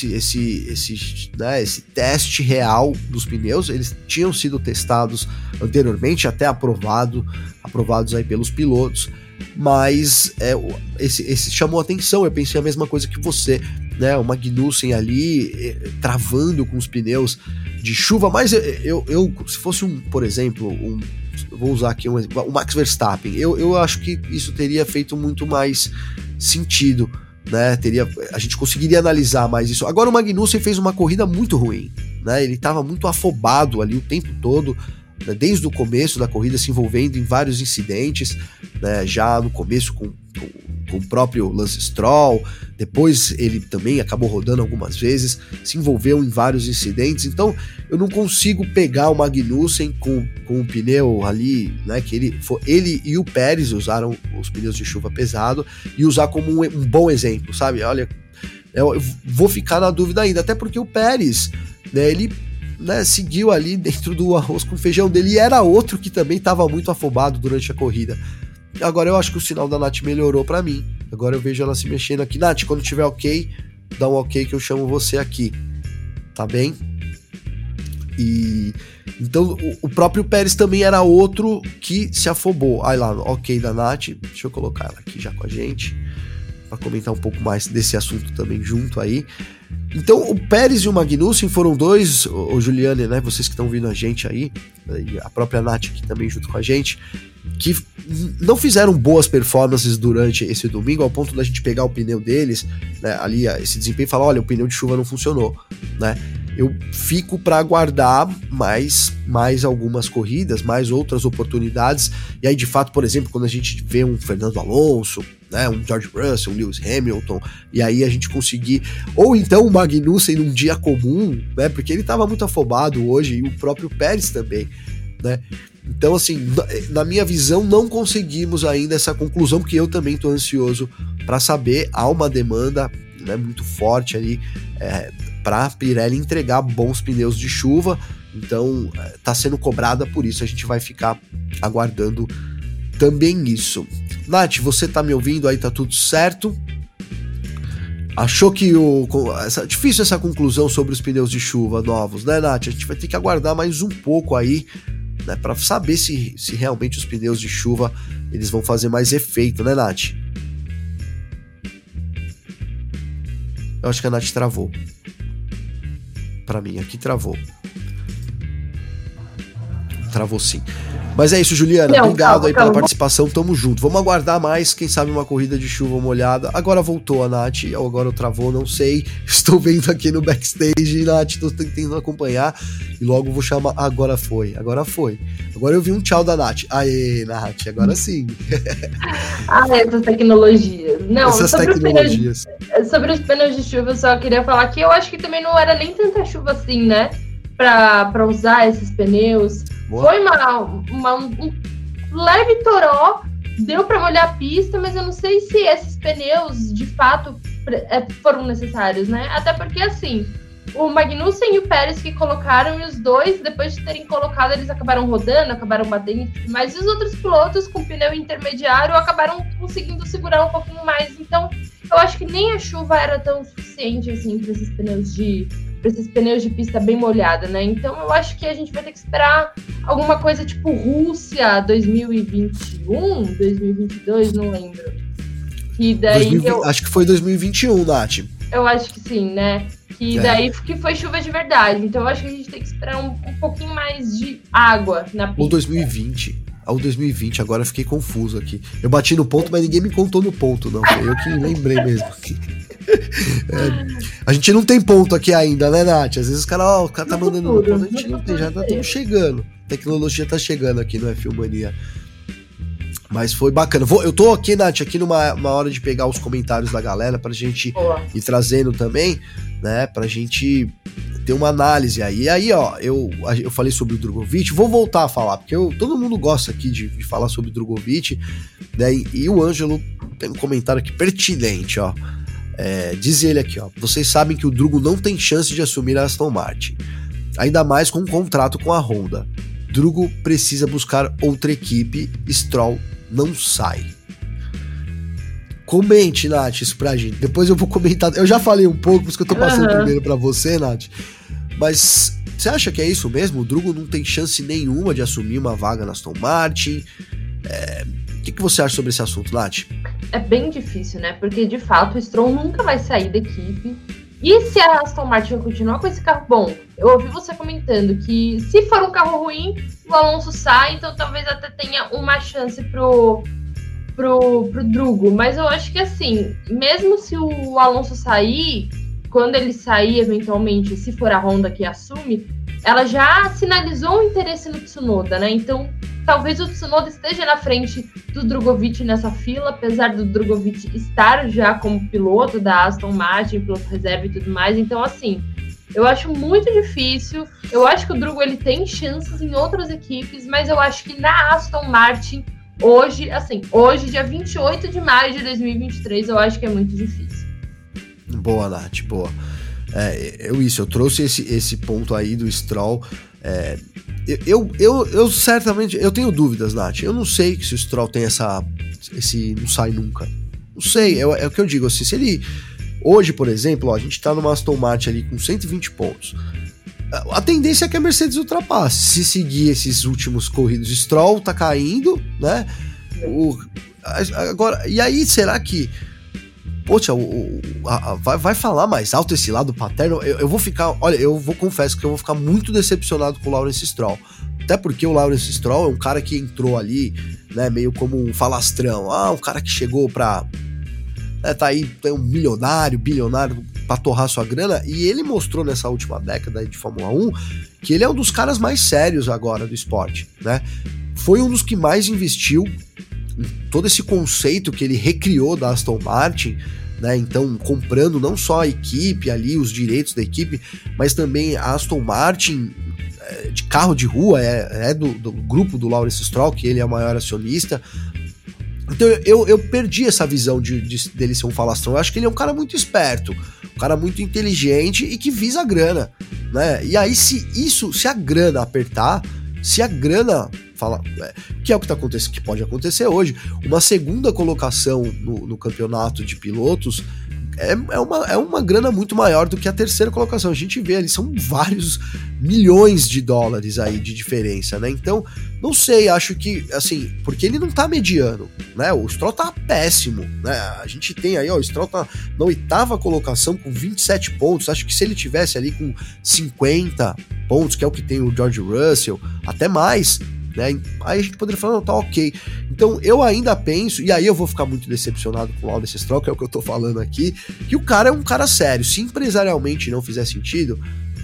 esse teste real dos pneus. Eles tinham sido testados anteriormente, até aprovados aí pelos pilotos, mas esse chamou a atenção. Eu pensei a mesma coisa que você, né? O Magnussen ali travando com os pneus de chuva, mas eu se fosse por exemplo, vou usar aqui o Max Verstappen, eu acho que isso teria feito muito mais sentido, né? A gente conseguiria analisar mais isso. Agora o Magnussen fez uma corrida muito ruim, né? Ele estava muito afobado ali o tempo todo, né? Desde o começo da corrida, se envolvendo em vários incidentes, né? Já no começo com o próprio Lance Stroll, depois ele também acabou rodando algumas vezes, se envolveu em vários incidentes. Então eu não consigo pegar o Magnussen com o pneu ali, né, que ele e o Pérez usaram os pneus de chuva pesado, e usar como um bom exemplo, sabe? Olha, eu vou ficar na dúvida ainda, até porque o Pérez, né, ele, né, seguiu ali dentro do arroz com feijão dele, e era outro que também estava muito afobado durante a corrida. Agora eu acho que o sinal da Nath melhorou pra mim. Agora eu vejo ela se mexendo aqui. Nath, quando tiver ok, dá um ok que eu chamo você aqui. Tá bem? E então o próprio Pérez também era outro que se afobou. Aí lá, ok da Nath. Deixa eu colocar ela aqui já com a gente, pra comentar um pouco mais desse assunto também junto aí. Então o Pérez e o Magnussen foram dois, o Juliane, né, vocês que estão vindo a gente aí, e a própria Nath aqui também junto com a gente, que não fizeram boas performances durante esse domingo, ao ponto da gente pegar o pneu deles, né, ali esse desempenho, e falar, olha, o pneu de chuva não funcionou, né? Eu fico para aguardar mais algumas corridas, mais outras oportunidades, e aí de fato, por exemplo, quando a gente vê um Fernando Alonso, né, um George Russell, um Lewis Hamilton, e aí a gente conseguir, ou então o Magnussen num dia comum, né, porque ele estava muito afobado hoje, e o próprio Pérez também, né? Então, assim, na minha visão, não conseguimos ainda essa conclusão, que eu também estou ansioso para saber. Há uma demanda, né, muito forte ali para a Pirelli entregar bons pneus de chuva, então está sendo cobrada por isso. A gente vai ficar aguardando também isso. Nath, você tá me ouvindo aí? Tá tudo certo? Achou que difícil essa conclusão sobre os pneus de chuva novos, né, Nath? A gente vai ter que aguardar mais um pouco aí, né, para saber se realmente os pneus de chuva eles vão fazer mais efeito, né, Nath? Eu acho que a Nath travou. Pra mim, aqui travou. Travou sim. Mas é isso, Juliana. Obrigado aí pela participação. Tamo junto. Vamos aguardar mais, quem sabe uma corrida de chuva molhada. Agora voltou a Nath, ou agora travou, não sei. Estou vendo aqui no backstage, Nath, estou tentando acompanhar. E logo vou chamar. Agora foi. Agora eu vi um tchau da Nath. Aê, Nath, agora sim. Essas tecnologias. Não, sobre os pneus de chuva, eu só queria falar que eu acho que também não era nem tanta chuva assim, né? Pra usar esses pneus. Boa. Foi um leve toró, deu pra molhar a pista, mas eu não sei se esses pneus de fato foram necessários, né? Até porque, assim, o Magnussen e o Pérez que colocaram, e os dois, depois de terem colocado, eles acabaram rodando, acabaram batendo, mas os outros pilotos com pneu intermediário acabaram conseguindo segurar um pouquinho mais. Então, eu acho que nem a chuva era tão suficiente assim para esses pneus de pista bem molhada, né? Então, eu acho que a gente vai ter que esperar alguma coisa tipo Rússia 2021, 2022, não lembro. E daí acho que foi 2021, Nath. Eu acho que sim, né? Que daí que foi chuva de verdade. Então eu acho que a gente tem que esperar um pouquinho mais de água na pista. Ou 2020. Ou 2020, agora eu fiquei confuso aqui. Eu bati no ponto, mas ninguém me contou no ponto, não. Foi eu que lembrei mesmo. A gente não tem ponto aqui ainda, né, Nath? Às vezes o cara tá mandando no ponto, a gente não tem, já tá tudo chegando. A tecnologia tá chegando aqui no F1 Mania. Mas foi bacana. Eu tô aqui, Nath, numa hora de pegar os comentários da galera pra gente ir trazendo também, né? Pra gente ter uma análise aí. E aí, ó, eu falei sobre o Drogovic, vou voltar a falar, porque todo mundo gosta aqui de falar sobre o Drogovic, né? E o Ângelo tem um comentário aqui pertinente, ó. Diz ele aqui, ó: vocês sabem que o Drugo não tem chance de assumir a Aston Martin, ainda mais com um contrato com a Honda. Drugo precisa buscar outra equipe, Stroll não sai. Comente, Nath, isso pra gente. Depois eu vou comentar. Eu já falei um pouco, por isso que eu tô passando primeiro pra você, Nath. Mas você acha que é isso mesmo? O Drugo não tem chance nenhuma de assumir uma vaga na Aston Martin? O que você acha sobre esse assunto, Nath? É bem difícil, né? Porque, de fato, o Stroll nunca vai sair da equipe. E se a Aston Martin continuar com esse carro bom? Eu ouvi você comentando que se for um carro ruim, o Alonso sai, então talvez até tenha uma chance pro Drugo. Mas eu acho que assim, mesmo se o Alonso sair, quando ele sair eventualmente, se for a Honda que assume, ela já sinalizou um interesse no Tsunoda, né? Então talvez o Tsunoda esteja na frente do Drogovic nessa fila, apesar do Drogovic estar já como piloto da Aston Martin, piloto reserva e tudo mais. Então, assim, eu acho muito difícil. Eu acho que o Drugo ele tem chances em outras equipes, mas eu acho que na Aston Martin, hoje, dia 28 de maio de 2023, eu acho que é muito difícil. Boa, Nath, boa. Eu trouxe esse ponto aí do Stroll. Eu certamente, eu tenho dúvidas, Nath. Eu não sei se o Stroll tem esse não sai nunca. Não sei, é o que eu digo, assim, se ele hoje, por exemplo, ó, a gente tá numa Aston Martin ali com 120 pontos. A tendência é que a Mercedes ultrapasse. Se seguir esses últimos corridos, o Stroll tá caindo, né? Agora, e aí, será que poxa, vai falar mais alto esse lado paterno? Eu vou ficar, olha, confesso que eu vou ficar muito decepcionado com o Lawrence Stroll. Até porque o Lawrence Stroll é um cara que entrou ali, né, meio como um falastrão. Um cara que chegou pra tá aí, tem um milionário, bilionário pra torrar sua grana, e ele mostrou nessa última década de Fórmula 1 que ele é um dos caras mais sérios agora do esporte, né? Foi um dos que mais investiu em todo esse conceito que ele recriou da Aston Martin, né? Então, comprando não só a equipe ali, os direitos da equipe, mas também a Aston Martin de carro de rua, do grupo do Lawrence Stroll, que ele é o maior acionista. Então eu perdi essa visão dele ser um falastrão. Eu acho que ele é um cara muito esperto, um cara muito inteligente e que visa a grana, né? E aí se a grana apertar, se a grana que é o que tá acontecendo, que pode acontecer hoje, uma segunda colocação no campeonato de pilotos é uma grana muito maior do que a terceira colocação. A gente vê ali, são vários milhões de dólares aí de diferença, né? Então, não sei, acho que, assim, porque ele não tá mediano, né? O Stroll tá péssimo, né? A gente tem aí, ó, o Stroll tá na 8ª colocação com 27 pontos. Acho que se ele tivesse ali com 50 pontos, que é o que tem o George Russell, até mais, né? Aí a gente poderia falar, não, tá ok. Então eu ainda penso, e aí eu vou ficar muito decepcionado com o Lawrence Stroll, que é o que eu tô falando aqui, que o cara é um cara sério. Se empresarialmente não fizer sentido, né,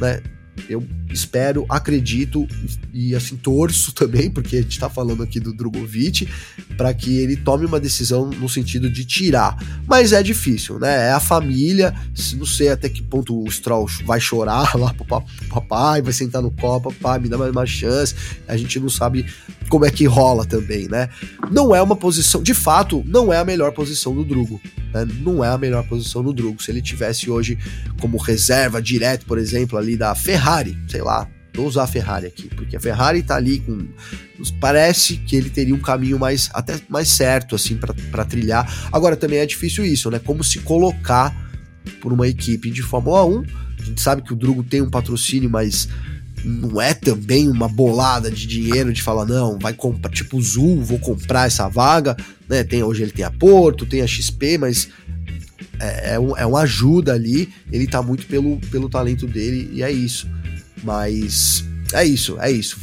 eu espero, acredito e assim torço também, porque a gente tá falando aqui do Drogovic, para que ele tome uma decisão no sentido de tirar. Mas é difícil, né? É a família, não sei até que ponto o Stroll vai chorar lá pro papai, vai sentar no copo, papai, me dá mais uma chance. A gente não sabe como é que rola também, né? Não é uma posição, de fato, não é a melhor posição do Drugo, né? Não é a melhor posição do Drugo. Se ele tivesse hoje como reserva direto, por exemplo, ali da Ferrari, sei lá, vou usar a Ferrari aqui, porque a Ferrari tá ali com... Parece que ele teria um caminho até mais certo, assim, pra trilhar. Agora, também é difícil isso, né? Como se colocar por uma equipe de Fórmula 1. A gente sabe que o Drugo tem um patrocínio, mas não é também uma bolada de dinheiro de falar, não, vai comprar, tipo o Zul, vou comprar essa vaga, né? Hoje ele tem a Porto, tem a XP, mas é uma ajuda ali, ele tá muito pelo talento dele, e é isso. Mas é isso.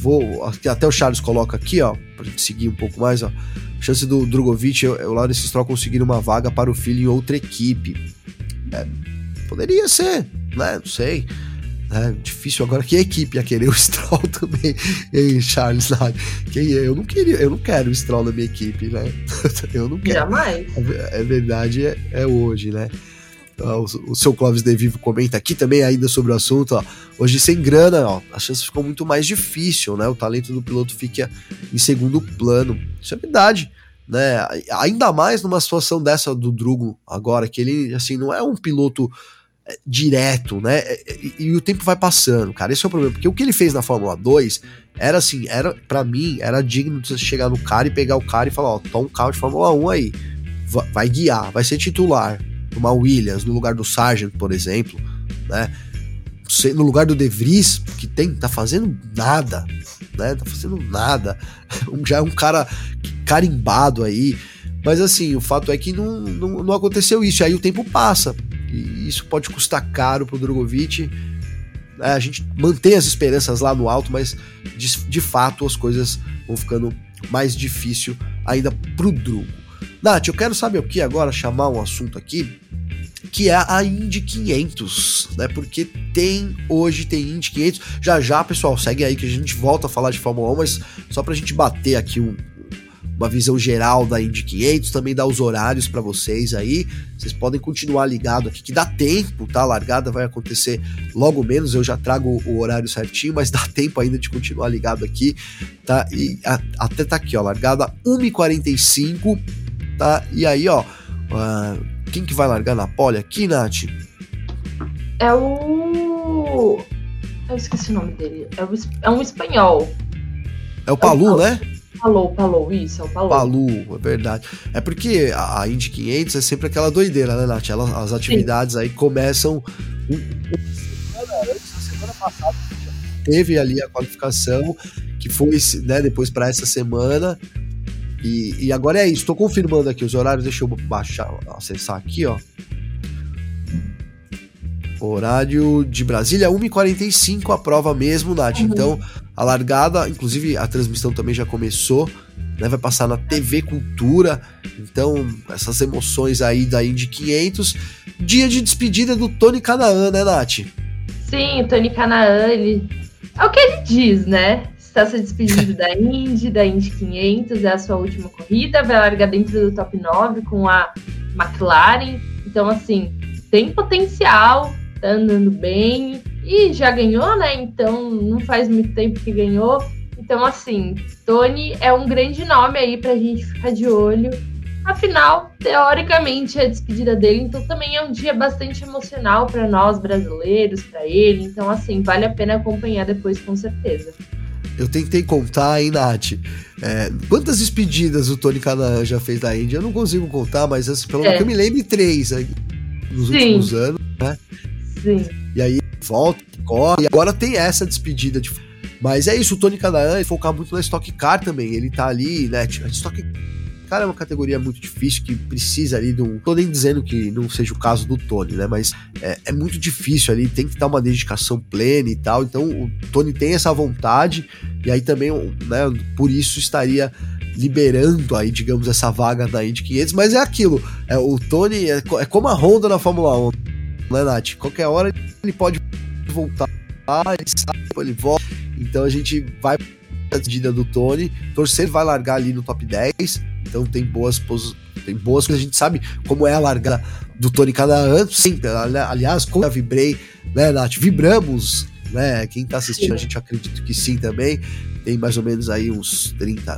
Até o Charles coloca aqui, ó, pra gente seguir um pouco mais, ó. Chance do Drogovic e o Lawrence Stroll conseguir uma vaga para o filho em outra equipe. Poderia ser, né? Não sei. É difícil agora. Que equipe ia querer o Stroll também? Ei, Charles, quem é? Eu não quero o Stroll na minha equipe, né? Eu não quero. Jamais. A verdade é hoje, né? O seu Clóvis De Vivo comenta aqui também ainda sobre o assunto, ó. Hoje sem grana, ó, a chance ficou muito mais difícil, né? O talento do piloto fica em segundo plano. Isso é verdade, né? Ainda mais numa situação dessa do Drugo agora, que ele, assim, não é um piloto direto, né? E o tempo vai passando, cara. Esse é o problema, porque o que ele fez na Fórmula 2 era assim, pra mim, era digno de você chegar no cara e pegar o cara e falar, ó, toma um carro de Fórmula 1 aí, vai guiar, vai ser titular. Uma Williams, no lugar do Sargent, por exemplo, né? No lugar do De Vries, que tá fazendo nada, né? Tá fazendo nada. Já é um cara carimbado aí. Mas assim, o fato é que não aconteceu isso. E aí o tempo passa. E isso pode custar caro pro Drogovic. A gente mantém as esperanças lá no alto, mas de fato as coisas vão ficando mais difícil ainda pro Drugo. Nath, eu quero saber o que agora, chamar um assunto aqui, que é a Indy 500, né? Porque hoje tem Indy 500. Já, pessoal, segue aí que a gente volta a falar de Fórmula 1, mas só pra gente bater aqui uma visão geral da Indy 500, também dar os horários pra vocês aí. Vocês podem continuar ligado aqui, que dá tempo, tá? A largada vai acontecer logo menos, eu já trago o horário certinho, mas dá tempo ainda de continuar ligado aqui, tá? E até tá aqui, ó, largada 1h45, tá? E aí, ó, quem que vai largar na pole aqui, Nath? Eu esqueci o nome dele. É um espanhol. É o Palou, né? Palou, isso, é o Palou. Palou, é verdade. É porque a Indy 500 é sempre aquela doideira, né, Nath? As atividades aí começam uma semana antes, na semana passada, teve ali a qualificação, que foi, né, depois para essa semana. E agora é isso, tô confirmando aqui os horários, deixa eu acessar aqui, ó. Horário de Brasília, 1h45 a prova mesmo, Nath. Então, a largada, inclusive a transmissão também já começou, né? Vai passar na TV Cultura. Então, essas emoções aí da Indy 500. Dia de despedida do Tony Kanaan, né, Nath? Sim, o Tony Kanaan, é o que ele diz, né? Está se despedindo da Indy 500, é a sua última corrida, vai largar dentro do top 9 com a McLaren. Então, assim, tem potencial, tá andando bem e já ganhou, né? Então, não faz muito tempo que ganhou. Então, assim, Tony é um grande nome aí pra gente ficar de olho. Afinal, teoricamente, é a despedida dele, então também é um dia bastante emocional para nós brasileiros, para ele. Então, assim, vale a pena acompanhar depois, com certeza. Eu tentei contar, hein, Nath? Quantas despedidas o Tony Kanaan já fez da Indy? Eu não consigo contar, mas assim, pelo menos que eu me lembre 3 aí, nos últimos anos, né? Sim. E aí volta, corre, e agora tem essa despedida de... Mas é isso, o Tony Kanaan focar muito na Stock Car também. Ele tá ali, né? A Stock Car é uma categoria muito difícil, que precisa ali de um... Tô nem dizendo que não seja o caso do Tony, né? Mas é muito difícil ali, tem que dar uma dedicação plena e tal. Então o Tony tem essa vontade, e aí também, né, por isso estaria liberando aí, digamos, essa vaga da Indy 500. Mas é aquilo, o Tony é como a Honda na Fórmula 1, né, Nath? Qualquer hora ele pode voltar ele sabe, ele volta. Então a gente vai pra despedida do Tony, torcer vai largar ali no top 10, então tem boas coisas, a gente sabe como é a largada do Tony Kanaan, sempre, aliás, como eu vibrei, né, Nath, vibramos, né, quem tá assistindo, a gente acredita que sim também, tem mais ou menos aí uns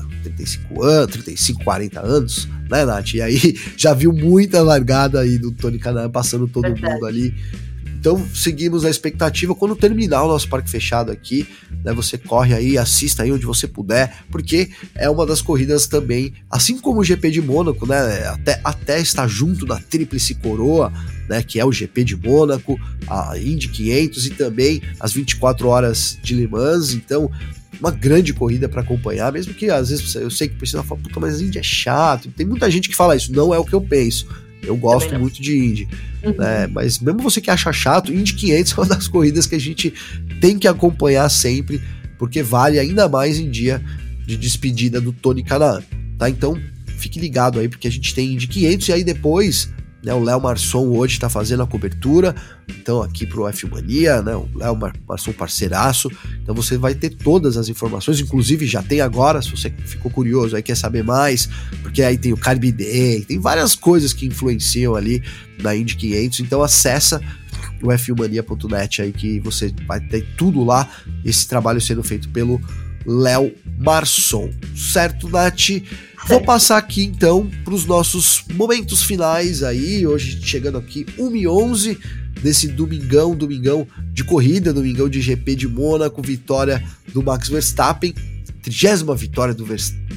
35, 40 anos, né, Nath, e aí já viu muita largada aí do Tony Kanaan passando todo mundo ali. Então seguimos a expectativa. Quando terminar o nosso parque fechado aqui, né, você corre aí, assista aí onde você puder, porque é uma das corridas também, assim como o GP de Mônaco, né, até está junto da Tríplice Coroa, né, que é o GP de Mônaco, a Indy 500 e também as 24 horas de Le Mans. Então uma grande corrida para acompanhar, mesmo que às vezes eu sei que precisa falar, puta, mas Indy é chato, tem muita gente que fala isso, não é o que eu penso. Eu gosto muito de Indy, né? Mas mesmo você que acha chato, Indy 500 é uma das corridas que a gente tem que acompanhar sempre, porque vale ainda mais em dia de despedida do Tony Kanaan, tá? Então fique ligado aí, porque a gente tem Indy 500 e aí depois, né, o Léo Marçom hoje está fazendo a cobertura, então aqui pro F1 Mania, né, o Léo Marçom parceiraço, então você vai ter todas as informações, inclusive já tem agora, se você ficou curioso aí, quer saber mais, porque aí tem o Carb Day, tem várias coisas que influenciam ali na Indy 500, então acessa o f1mania.net aí que você vai ter tudo lá, esse trabalho sendo feito pelo Léo Marçom, certo, Nath? Vou passar aqui então para os nossos momentos finais aí, hoje chegando aqui 1h11 desse domingão de corrida, domingão de GP de Mônaco, vitória do Max Verstappen, 30ª vitória do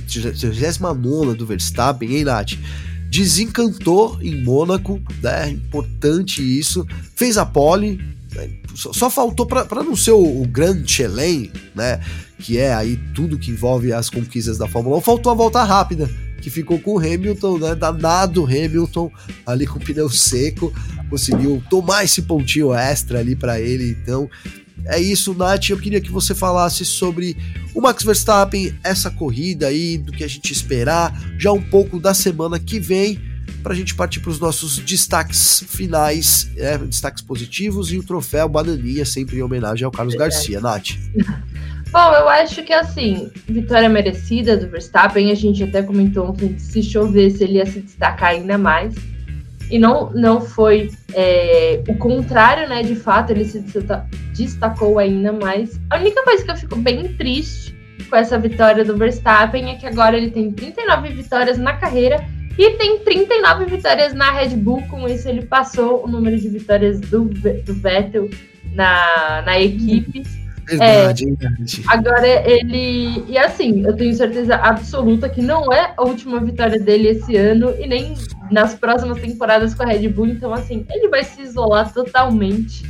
39ª do Verstappen, hein, Nath? Desencantou em Mônaco, né? Importante isso, fez a pole, né? Só faltou para não ser o Grand Chelem, né, que é aí tudo que envolve as conquistas da Fórmula 1, faltou a volta rápida, que ficou com o Hamilton, né, danado Hamilton, ali com o pneu seco, conseguiu tomar esse pontinho extra ali para ele. Então é isso, Nath, eu queria que você falasse sobre o Max Verstappen, essa corrida aí, do que a gente esperar, já um pouco da semana que vem, para a gente partir para os nossos destaques finais, destaques positivos, e o troféu Bananinha, sempre em homenagem ao Carlos Garcia. Nath. Bom, eu acho que assim, vitória merecida do Verstappen, a gente até comentou ontem que se chovesse ele ia se destacar ainda mais, e não foi o contrário, né, de fato, ele se destacou ainda mais. A única coisa que eu fico bem triste com essa vitória do Verstappen é que agora ele tem 39 vitórias na carreira, e tem 39 vitórias na Red Bull. Com isso ele passou o número de vitórias do Vettel na equipe. Verdade. Agora ele... E assim, eu tenho certeza absoluta que não é a última vitória dele esse ano e nem nas próximas temporadas com a Red Bull. Então assim, ele vai se isolar totalmente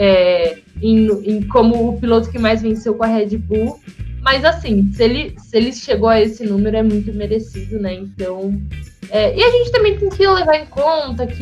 em como o piloto que mais venceu com a Red Bull. Mas assim, se ele chegou a esse número é muito merecido, né? Então... e a gente também tem que levar em conta que,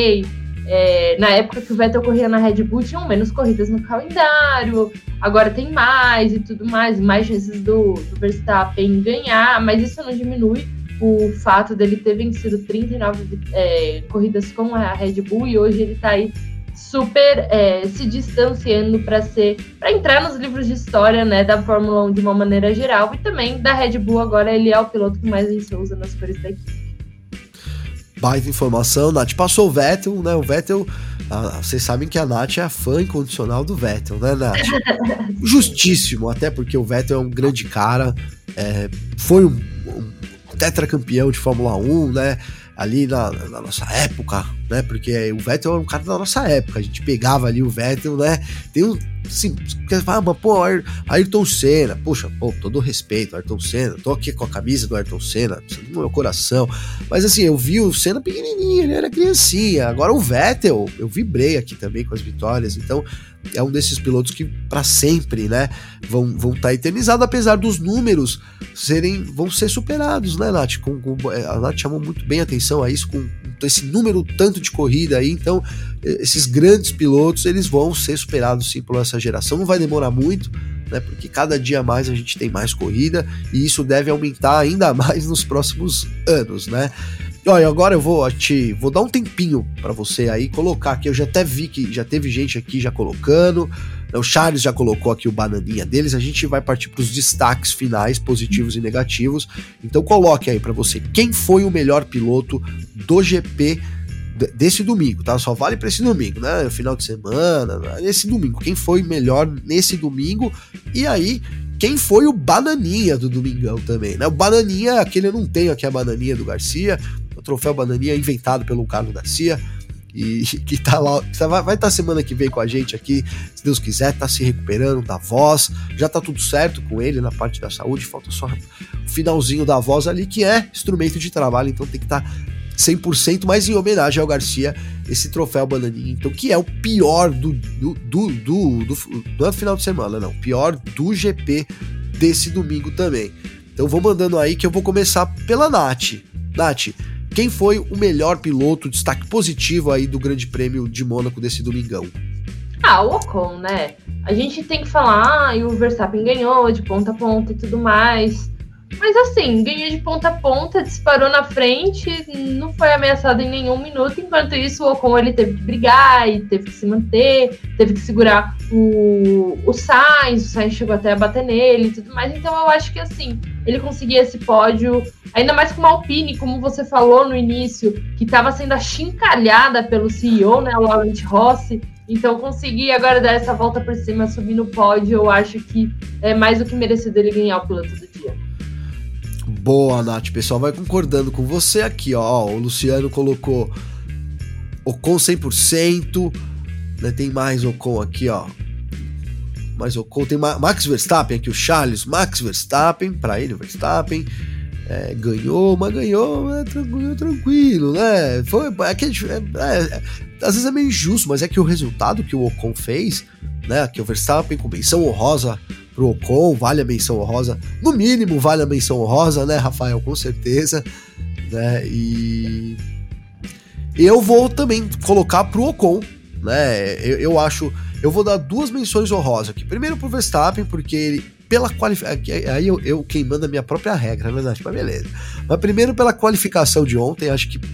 na época que o Vettel corria na Red Bull, tinham menos corridas no calendário, agora tem mais e tudo mais chances do Verstappen ganhar, mas isso não diminui o fato dele ter vencido 39 corridas com a Red Bull, e hoje ele tá aí super se distanciando para entrar nos livros de história, né, da Fórmula 1 de uma maneira geral, e também da Red Bull. Agora ele é o piloto que mais venceu usando as cores da equipe. Baita informação, Nath. Passou o Vettel, né? O Vettel, vocês sabem que a Nath é a fã incondicional do Vettel, né, Nath? Justíssimo, até porque o Vettel é um grande cara, foi um tetracampeão de Fórmula 1, né? Ali na nossa época, né? Porque o Vettel era um cara da nossa época, a gente pegava ali o Vettel, né? Tem um... Assim, mas pô, Ayrton Senna, poxa, todo respeito, Ayrton Senna, tô aqui com a camisa do Ayrton Senna, no meu coração, mas assim, eu vi o Senna pequenininho, ele era criancinha, agora o Vettel, eu vibrei aqui também com as vitórias, então é um desses pilotos que para sempre, né, vão estar eternizados, apesar dos números vão ser superados, né, Nath? A Nath chamou muito bem a atenção a isso, com esse número tanto de corrida aí, então esses grandes pilotos, eles vão ser superados sim por essa geração, não vai demorar muito, né, porque cada dia mais a gente tem mais corrida, e isso deve aumentar ainda mais nos próximos anos, né? Olha, agora eu vou dar um tempinho pra você aí colocar aqui. Eu já até vi que já teve gente aqui já colocando. O Charles já colocou aqui o bananinha deles. A gente vai partir pros destaques finais, positivos e negativos. Então coloque aí pra você quem foi o melhor piloto do GP desse domingo, tá? Só vale pra esse domingo, né? Final de semana, nesse domingo. Quem foi melhor nesse domingo? E aí, quem foi o bananinha do domingão também, né? O bananinha, aquele eu não tenho aqui a bananinha do Garcia, o troféu bananinha inventado pelo Carlos Garcia, e que tá lá, vai estar semana que vem com a gente aqui, se Deus quiser, tá se recuperando da voz, já tá tudo certo com ele na parte da saúde, falta só o finalzinho da voz ali, que é instrumento de trabalho, então tem que estar 100%, mas em homenagem ao Garcia, esse troféu bananinha, então, que é o pior não é do final de semana, não, pior do GP desse domingo também. Então vou mandando aí que eu vou começar pela Nath. Nath, quem foi o melhor piloto, destaque positivo aí do Grande Prêmio de Mônaco desse domingão? O Ocon, né? A gente tem que falar, e o Verstappen ganhou de ponta a ponta e tudo mais. Mas assim, ganhou de ponta a ponta, disparou na frente, não foi ameaçado em nenhum minuto. Enquanto isso, o Ocon ele teve que brigar e teve que se manter, teve que segurar o Sainz chegou até a bater nele e tudo mais. Então eu acho que assim, ele conseguia esse pódio, ainda mais com uma Alpine, como você falou no início, que estava sendo achincalhada pelo CEO, né, o Laurent Rossi. Então conseguir agora dar essa volta por cima, subir no pódio, eu acho que é mais do que merecido ele ganhar o piloto do dia. Boa, Nath, pessoal vai concordando com você aqui, ó, o Luciano colocou Ocon 100%, né, tem mais Ocon aqui, ó, mais Ocon, tem Max Verstappen aqui, o Charles, Max Verstappen, pra ele o Verstappen, ganhou, mas ganhou tranquilo, né, às vezes é meio injusto, mas é que o resultado que o Ocon fez, né, que o Verstappen com menção honrosa pro Ocon, vale a menção honrosa, no mínimo vale a menção honrosa, né, Rafael, com certeza, né, e eu vou também colocar pro Ocon, né, eu acho, eu vou dar duas menções honrosas aqui, primeiro pro Verstappen, porque ele, pela qualificação, aí eu queimando a minha própria regra, né, mas beleza, mas primeiro pela qualificação de ontem, acho que,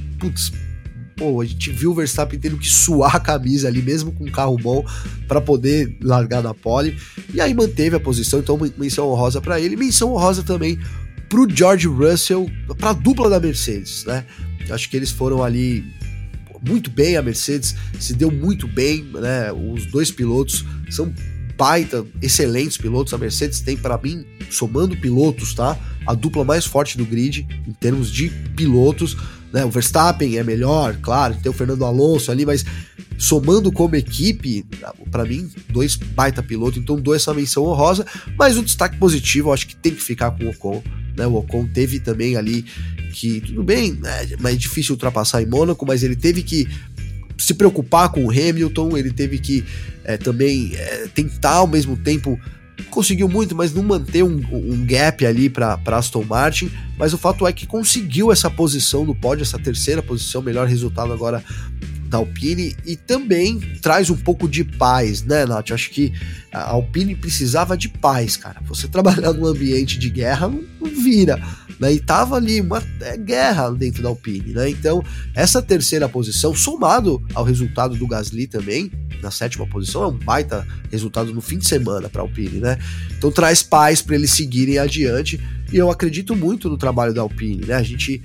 a gente viu o Verstappen tendo que suar a camisa ali, mesmo com um carro bom, para poder largar na pole, e aí manteve a posição, então menção honrosa para ele, menção honrosa também pro George Russell, pra dupla da Mercedes, né, acho que eles foram ali muito bem, a Mercedes se deu muito bem, né, os dois pilotos são excelentes pilotos, a Mercedes tem, para mim, somando pilotos, tá, a dupla mais forte do grid, em termos de pilotos, né, o Verstappen é melhor, claro, tem o Fernando Alonso ali, mas somando como equipe, para mim, dois baita pilotos, então dou essa menção honrosa, mas o destaque positivo, eu acho que tem que ficar com o Ocon, né, o Ocon teve também ali que, tudo bem, é mais difícil ultrapassar em Mônaco, mas ele teve que se preocupar com o Hamilton, ele teve que também tentar ao mesmo tempo, conseguiu muito, mas não manter um gap ali para Aston Martin, mas o fato é que conseguiu essa posição no pódio, essa terceira posição, melhor resultado agora da Alpine, e também traz um pouco de paz, né, Nath? Eu acho que a Alpine precisava de paz, cara. Você trabalhar num ambiente de guerra não vira, né? E tava ali uma guerra dentro da Alpine, né? Então, essa terceira posição, somado ao resultado do Gasly também, na sétima posição, é um baita resultado no fim de semana para a Alpine, né? Então traz paz para eles seguirem adiante, e eu acredito muito no trabalho da Alpine, né? A gente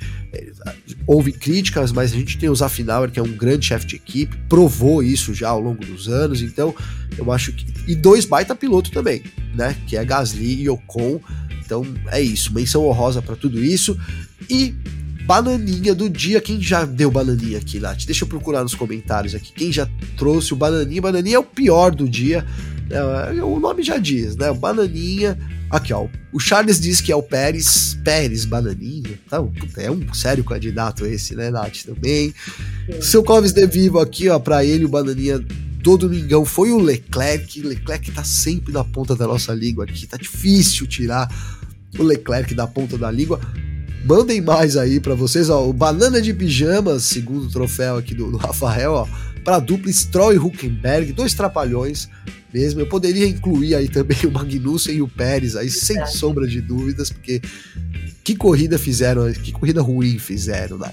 ouve críticas, mas a gente tem o Zafnauer, que é um grande chefe de equipe, provou isso já ao longo dos anos, então eu acho que... E dois baita pilotos também, né? Que é Gasly e Ocon, então é isso, menção honrosa para tudo isso. E bananinha do dia, quem já deu bananinha aqui, Nath? Deixa eu procurar nos comentários aqui, quem já trouxe o bananinha. Bananinha é o pior do dia, né? O nome já diz, né? O bananinha, aqui ó, o Charles diz que é o Pérez bananinha, tá? Puta, é um sério candidato esse, né, Nath, também. Seu Clóvis de Vivo aqui, ó, pra ele o bananinha do domingão foi o Leclerc tá sempre na ponta da nossa língua aqui, tá difícil tirar o Leclerc da ponta da língua. Mandem mais aí pra vocês, ó, o Banana de Pijamas, segundo troféu aqui do Rafael, ó, pra dupla Stroll e Hülkenberg, dois trapalhões mesmo. Eu poderia incluir aí também o Magnussen e o Pérez aí, sem sombra de dúvidas, porque que corrida fizeram, que corrida ruim fizeram, Nath.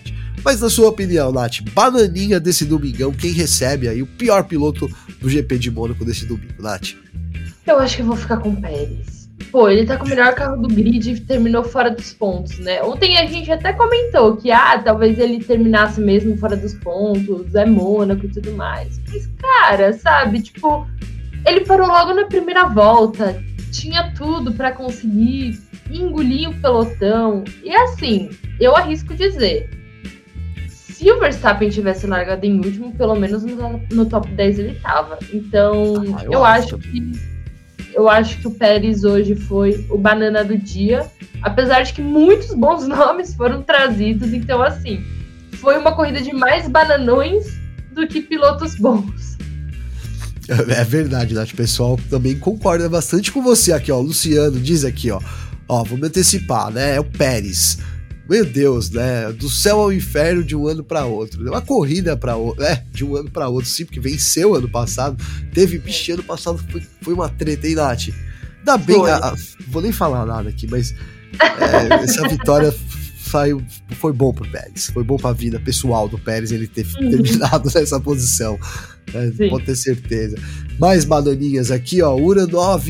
Mas na sua opinião, Nath, bananinha desse domingão, quem recebe aí o pior piloto do GP de Mônaco desse domingo, Nath? Eu acho que eu vou ficar com o Pérez. Pô, ele tá com o melhor carro do grid e terminou fora dos pontos, né? Ontem a gente até comentou que, talvez ele terminasse mesmo fora dos pontos, é Mônaco e tudo mais. Mas, cara, sabe, tipo, ele parou logo na primeira volta, tinha tudo pra conseguir engolir o pelotão. E assim, eu arrisco dizer, se o Verstappen tivesse largado em último, pelo menos no top 10 ele tava. Então, eu acho que o Pérez hoje foi o banana do dia, apesar de que muitos bons nomes foram trazidos. Então, assim, foi uma corrida de mais bananões do que pilotos bons. É verdade, Nath. O pessoal também concorda bastante com você aqui, ó. O Luciano diz aqui, ó, vamos antecipar, né? É o Pérez. Meu Deus, né? Do céu ao inferno de um ano para outro. Uma corrida para outro, de um ano para outro, sim, porque venceu ano passado. Teve bichinho ano passado, foi uma treta, hein, Nath? Ainda bem, vou nem falar nada aqui, mas essa vitória foi bom pro Pérez. Foi bom pra vida pessoal do Pérez ele ter terminado nessa posição. Pode ter certeza. Mais bananinhas aqui, ó. Uranov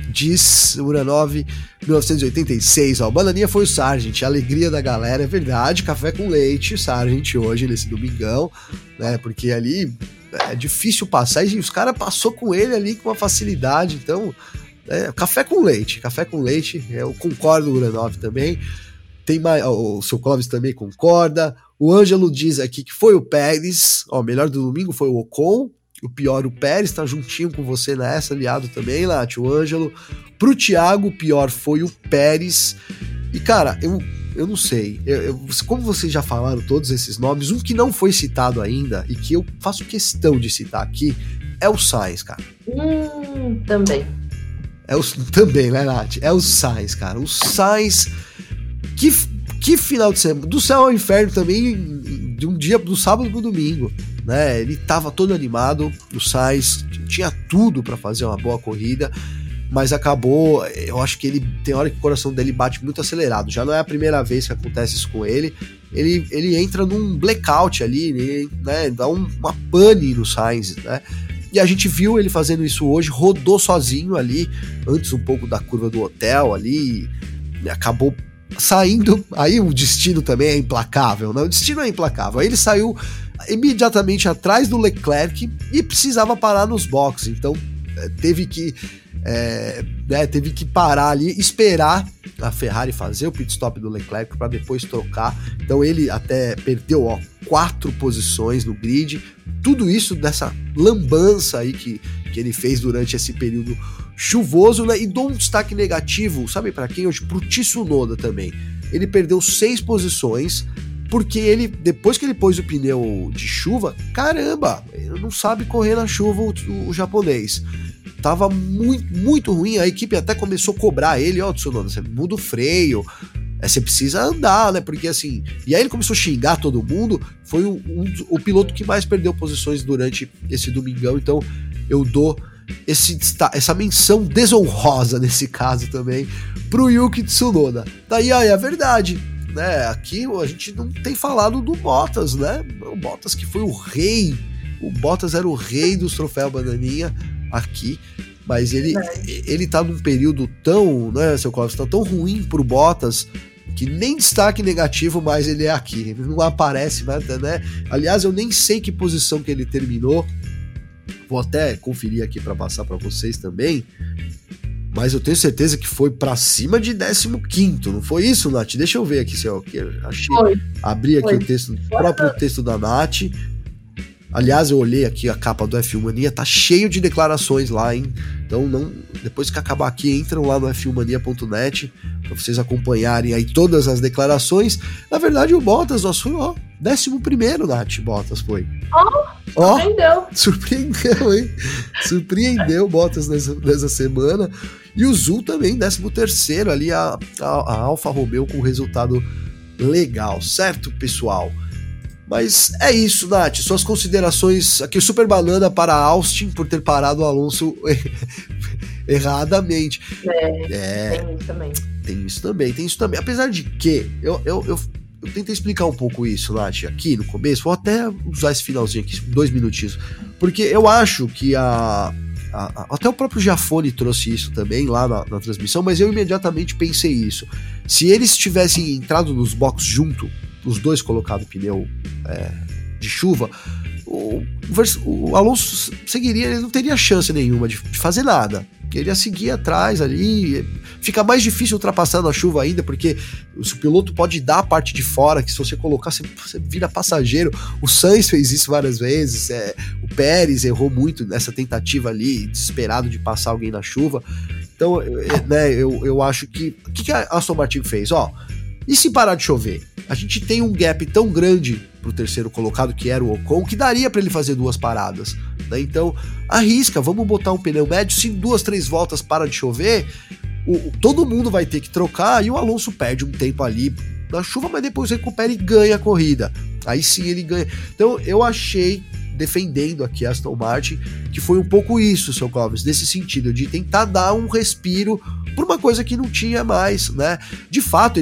1986, ó, bananinha foi o Sargent, a alegria da galera, é verdade, café com leite, Sargent hoje, nesse domingão, né, porque ali é difícil passar, e os caras passou com ele ali com uma facilidade, então, café com leite, eu concordo, o Uranov também, tem mais, o seu Clóvis também concorda, o Ângelo diz aqui que foi o Pérez, ó, melhor do domingo foi o Ocon, o pior o Pérez, tá juntinho com você nessa, aliado também, Nath, o Ângelo. Pro Thiago, o pior foi o Pérez. E, cara, eu não sei. Como vocês já falaram todos esses nomes, um que não foi citado ainda e que eu faço questão de citar aqui é o Sainz, cara. Também. Também, né, Nath? É o Sainz, cara. O Sainz, que final de semana. Do céu ao inferno também, de um dia, do sábado pro domingo. Né, ele tava todo animado, o Sainz tinha tudo para fazer uma boa corrida, mas acabou, eu acho que ele tem hora que o coração dele bate muito acelerado, já não é a primeira vez que acontece isso com ele entra num blackout ali, né, dá uma pane no Sainz, né, e a gente viu ele fazendo isso hoje, rodou sozinho ali, antes um pouco da curva do hotel ali, acabou saindo, aí o destino também é implacável, né, o destino é implacável, aí ele saiu imediatamente atrás do Leclerc e precisava parar nos boxes, então teve que parar ali, esperar a Ferrari fazer o pit stop do Leclerc para depois trocar, então ele até perdeu 4 posições no grid, tudo isso dessa lambança aí que ele fez durante esse período chuvoso, né? E dou um destaque negativo, sabe para quem hoje? Pro Tsunoda também, ele perdeu 6 posições, porque ele, depois que ele pôs o pneu de chuva, caramba, ele não sabe correr na chuva o japonês. Tava muito, muito ruim, a equipe até começou a cobrar ele, Tsunoda, você muda o freio, você precisa andar, né, porque assim... E aí ele começou a xingar todo mundo, foi o piloto que mais perdeu posições durante esse domingão, então eu dou essa menção desonrosa nesse caso também pro Yuki Tsunoda. Daí aí é verdade, né, aqui a gente não tem falado do Bottas, né, o Bottas que foi o Bottas era o rei dos troféus bananinha aqui, mas ele tá num período tão, né, seu Clóvis, tá tão ruim pro Bottas, que nem destaque negativo mais ele é aqui, ele não aparece nada, né, aliás eu nem sei que posição que ele terminou, vou até conferir aqui para passar para vocês também, mas eu tenho certeza que foi para cima de 15º, não foi isso, Nath? Deixa eu ver aqui, se eu achei. Abri aqui o texto, o próprio texto da Nath. Aliás, eu olhei aqui a capa do F1 Mania, tá cheio de declarações lá, hein? Então, depois que acabar aqui, entram lá no f1mania.net para vocês acompanharem aí todas as declarações. Na verdade, o Bottas, foi 11º, Nath, Bottas foi. Surpreendeu, hein? Surpreendeu Bottas nessa semana. E o Zul também, 13º ali, a Alfa Romeo com resultado legal, certo, pessoal? Mas é isso, Nath, suas considerações aqui, Super Banana para Austin por ter parado o Alonso erradamente. Tem isso também. Tem isso também. Apesar de que, eu tentei explicar um pouco isso, Nath, aqui no começo, vou até usar esse finalzinho aqui, 2 minutinhos, porque eu acho que até o próprio Giafone trouxe isso também lá na transmissão, mas eu imediatamente pensei isso. Se eles tivessem entrado nos boxes junto, os dois colocado pneu de chuva, o Alonso seguiria, ele não teria chance nenhuma de fazer nada. Ele ia seguir atrás ali, fica mais difícil ultrapassar na chuva ainda, porque o piloto pode dar a parte de fora, que se você colocar, você vira passageiro. O Sainz fez isso várias vezes, o Pérez errou muito nessa tentativa ali, desesperado de passar alguém na chuva. Então, né, eu acho que... O que a Aston Martin fez? E se parar de chover? A gente tem um gap tão grande pro terceiro colocado, que era o Ocon, que daria para ele fazer 2 paradas, né? Então, arrisca, vamos botar um pneu médio, se em 2, 3 voltas para de chover, todo mundo vai ter que trocar e o Alonso perde um tempo ali na chuva, mas depois recupera e ganha a corrida. Aí sim ele ganha. Então, eu achei, defendendo aqui a Aston Martin, que foi um pouco isso, seu Clóvis, nesse sentido, de tentar dar um respiro por uma coisa que não tinha mais, né? De fato,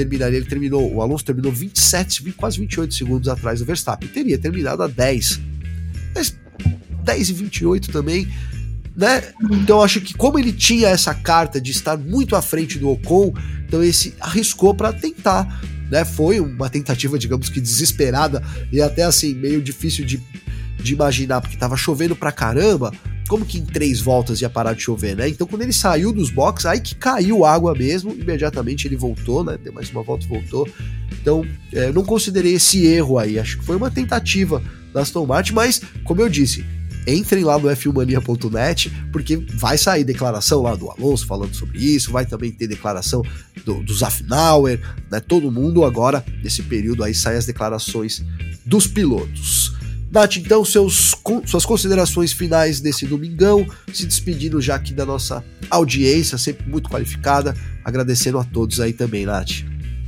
o Alonso terminou 27, quase 28 segundos atrás do Verstappen, teria terminado a 10, mas 10 e 28 também, né? Então eu acho que como ele tinha essa carta de estar muito à frente do Ocon, então esse arriscou para tentar, né? Foi uma tentativa, digamos que desesperada, e até assim, meio difícil de imaginar, porque tava chovendo pra caramba, como que em 3 voltas ia parar de chover, né? Então quando ele saiu dos boxes, aí que caiu água mesmo, imediatamente ele voltou, né? Deu mais uma volta e voltou. Então eu não considerei esse erro aí, acho que foi uma tentativa da Aston Martin, mas como eu disse, entrem lá no f1mania.net, porque vai sair declaração lá do Alonso falando sobre isso, vai também ter declaração do Zafnauer, né? Todo mundo agora, nesse período aí, sai as declarações dos pilotos. Nath, então, suas considerações finais desse domingão, se despedindo já aqui da nossa audiência, sempre muito qualificada, agradecendo a todos aí também, Nath.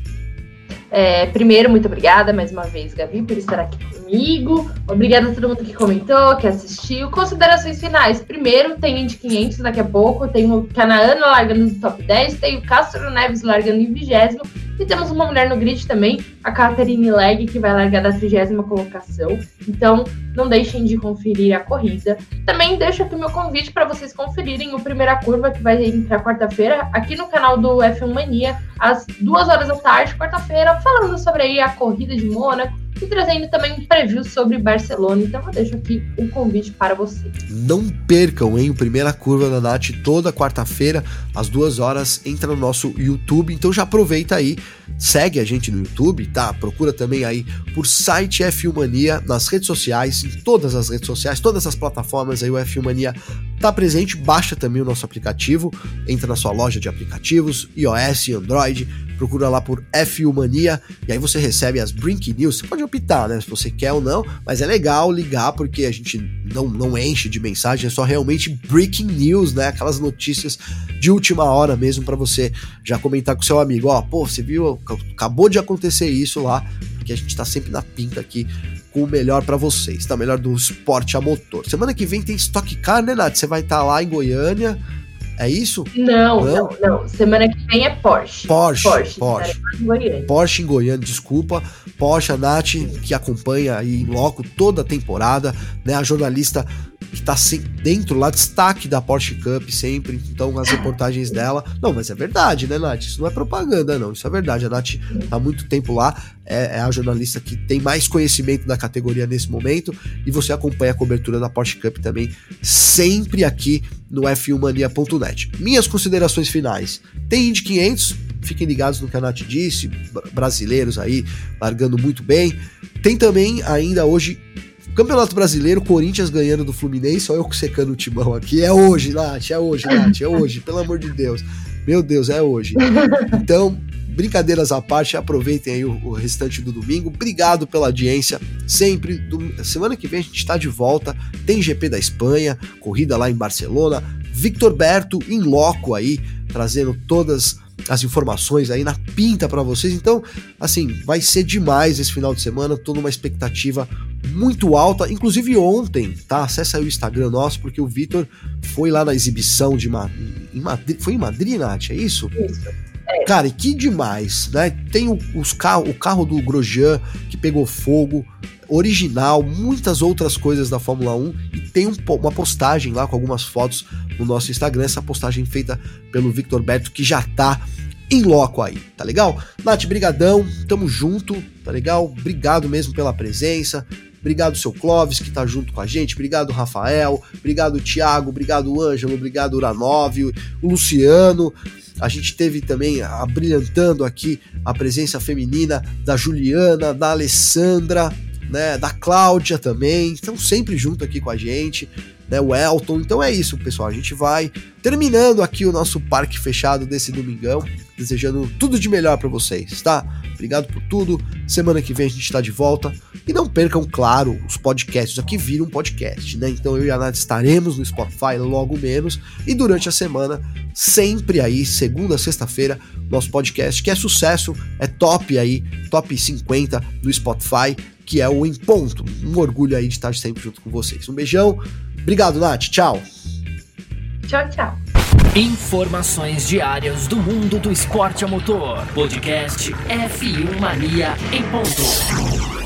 Primeiro, muito obrigada mais uma vez, Gabi, por estar aqui comigo. Obrigada a todo mundo que comentou, que assistiu. Considerações finais. Primeiro, tem Indy 500 daqui a pouco, tem o Canaana largando no top 10, tem o Castro Neves largando em 20º, e temos uma mulher no grid também, a Catherine Legge, que vai largar da 30ª colocação. Então, não deixem de conferir a corrida. Também deixo aqui o meu convite para vocês conferirem o Primeira Curva, que vai entrar quarta-feira, aqui no canal do F1 Mania, às 2h da tarde, quarta-feira, falando sobre aí a corrida de Mônaco e trazendo também um preview sobre Barcelona. Então eu deixo aqui um convite para vocês. Não percam, hein? O Primeira Curva da Nath toda quarta-feira, às 2h, entra no nosso YouTube. Então já aproveita aí, segue a gente no YouTube, tá? Procura também aí por site F1 Mania nas redes sociais, em todas as redes sociais, todas as plataformas aí o F1 Mania tá presente. Baixa também o nosso aplicativo, entra na sua loja de aplicativos, iOS e Android, procura lá por F1 Mania, e aí você recebe as Breaking News. Você pode optar, né, se você quer ou não, mas é legal ligar, porque a gente não enche de mensagem, é só realmente Breaking News, né, aquelas notícias de última hora mesmo, pra você já comentar com seu amigo, você viu, acabou de acontecer isso lá, porque a gente tá sempre na pinta aqui com o melhor pra vocês, tá? O melhor do esporte a motor. Semana que vem tem Stock Car, né, Nath? Você vai estar lá em Goiânia, é isso? Não. Semana que vem é Porsche. Porsche em Goiânia, desculpa. Porsche, a Nath, que acompanha aí em loco toda a temporada, né? A jornalista que tá dentro lá, destaque da Porsche Cup sempre, então as reportagens dela. Não, mas é verdade, né, Nath? Isso não é propaganda, não. Isso é verdade. A Nath tá há muito tempo lá, é a jornalista que tem mais conhecimento da categoria nesse momento, e você acompanha a cobertura da Porsche Cup também, sempre aqui no f1mania.net. Minhas considerações finais. Tem Indy 500, fiquem ligados no que a Nath disse, brasileiros aí largando muito bem. Tem também ainda hoje Campeonato Brasileiro, Corinthians ganhando do Fluminense, só eu secando o timão aqui. É hoje, Nath, é hoje, pelo amor de Deus. Meu Deus, é hoje. Então, brincadeiras à parte, aproveitem aí o restante do domingo. Obrigado pela audiência, sempre. Semana que vem a gente está de volta, tem GP da Espanha, corrida lá em Barcelona, Victor Berto em loco aí, trazendo todas as informações aí na pinta para vocês. Então, assim, vai ser demais esse final de semana, tô numa expectativa muito alta, inclusive ontem, tá? Acessa aí o Instagram nosso, porque o Vitor foi lá na exibição em Madrid, foi em Madrid, Nath, é isso? Isso. Cara, e que demais, né? Tem o carro do Grosjean que pegou fogo, original, muitas outras coisas da Fórmula 1, e tem uma postagem lá com algumas fotos no nosso Instagram, essa postagem feita pelo Victor Berto, que já tá em loco aí, tá legal? Nath, brigadão, tamo junto, tá legal? Obrigado mesmo pela presença, obrigado seu Clóvis que tá junto com a gente, obrigado Rafael, obrigado Thiago, obrigado Ângelo, obrigado Uranov, o Luciano. A gente teve também, abrilhantando aqui, a presença feminina da Juliana, da Alessandra, né, da Cláudia também, estão sempre junto aqui com a gente, né, o Elton. Então é isso, pessoal, a gente vai terminando aqui o nosso parque fechado desse domingão, desejando tudo de melhor para vocês, tá? Obrigado por tudo, semana que vem a gente tá de volta, e não percam, claro, os podcasts, aqui vira um podcast, né, então eu e a Nath estaremos no Spotify logo menos, e durante a semana, sempre aí, segunda a sexta-feira, nosso podcast, que é sucesso, é top aí, top 50 do Spotify, que é o Em Ponto. Um orgulho aí de estar sempre junto com vocês. Um beijão. Obrigado, Nath. Tchau. Tchau, tchau. Informações diárias do mundo do esporte a motor. Podcast F1 Mania em ponto.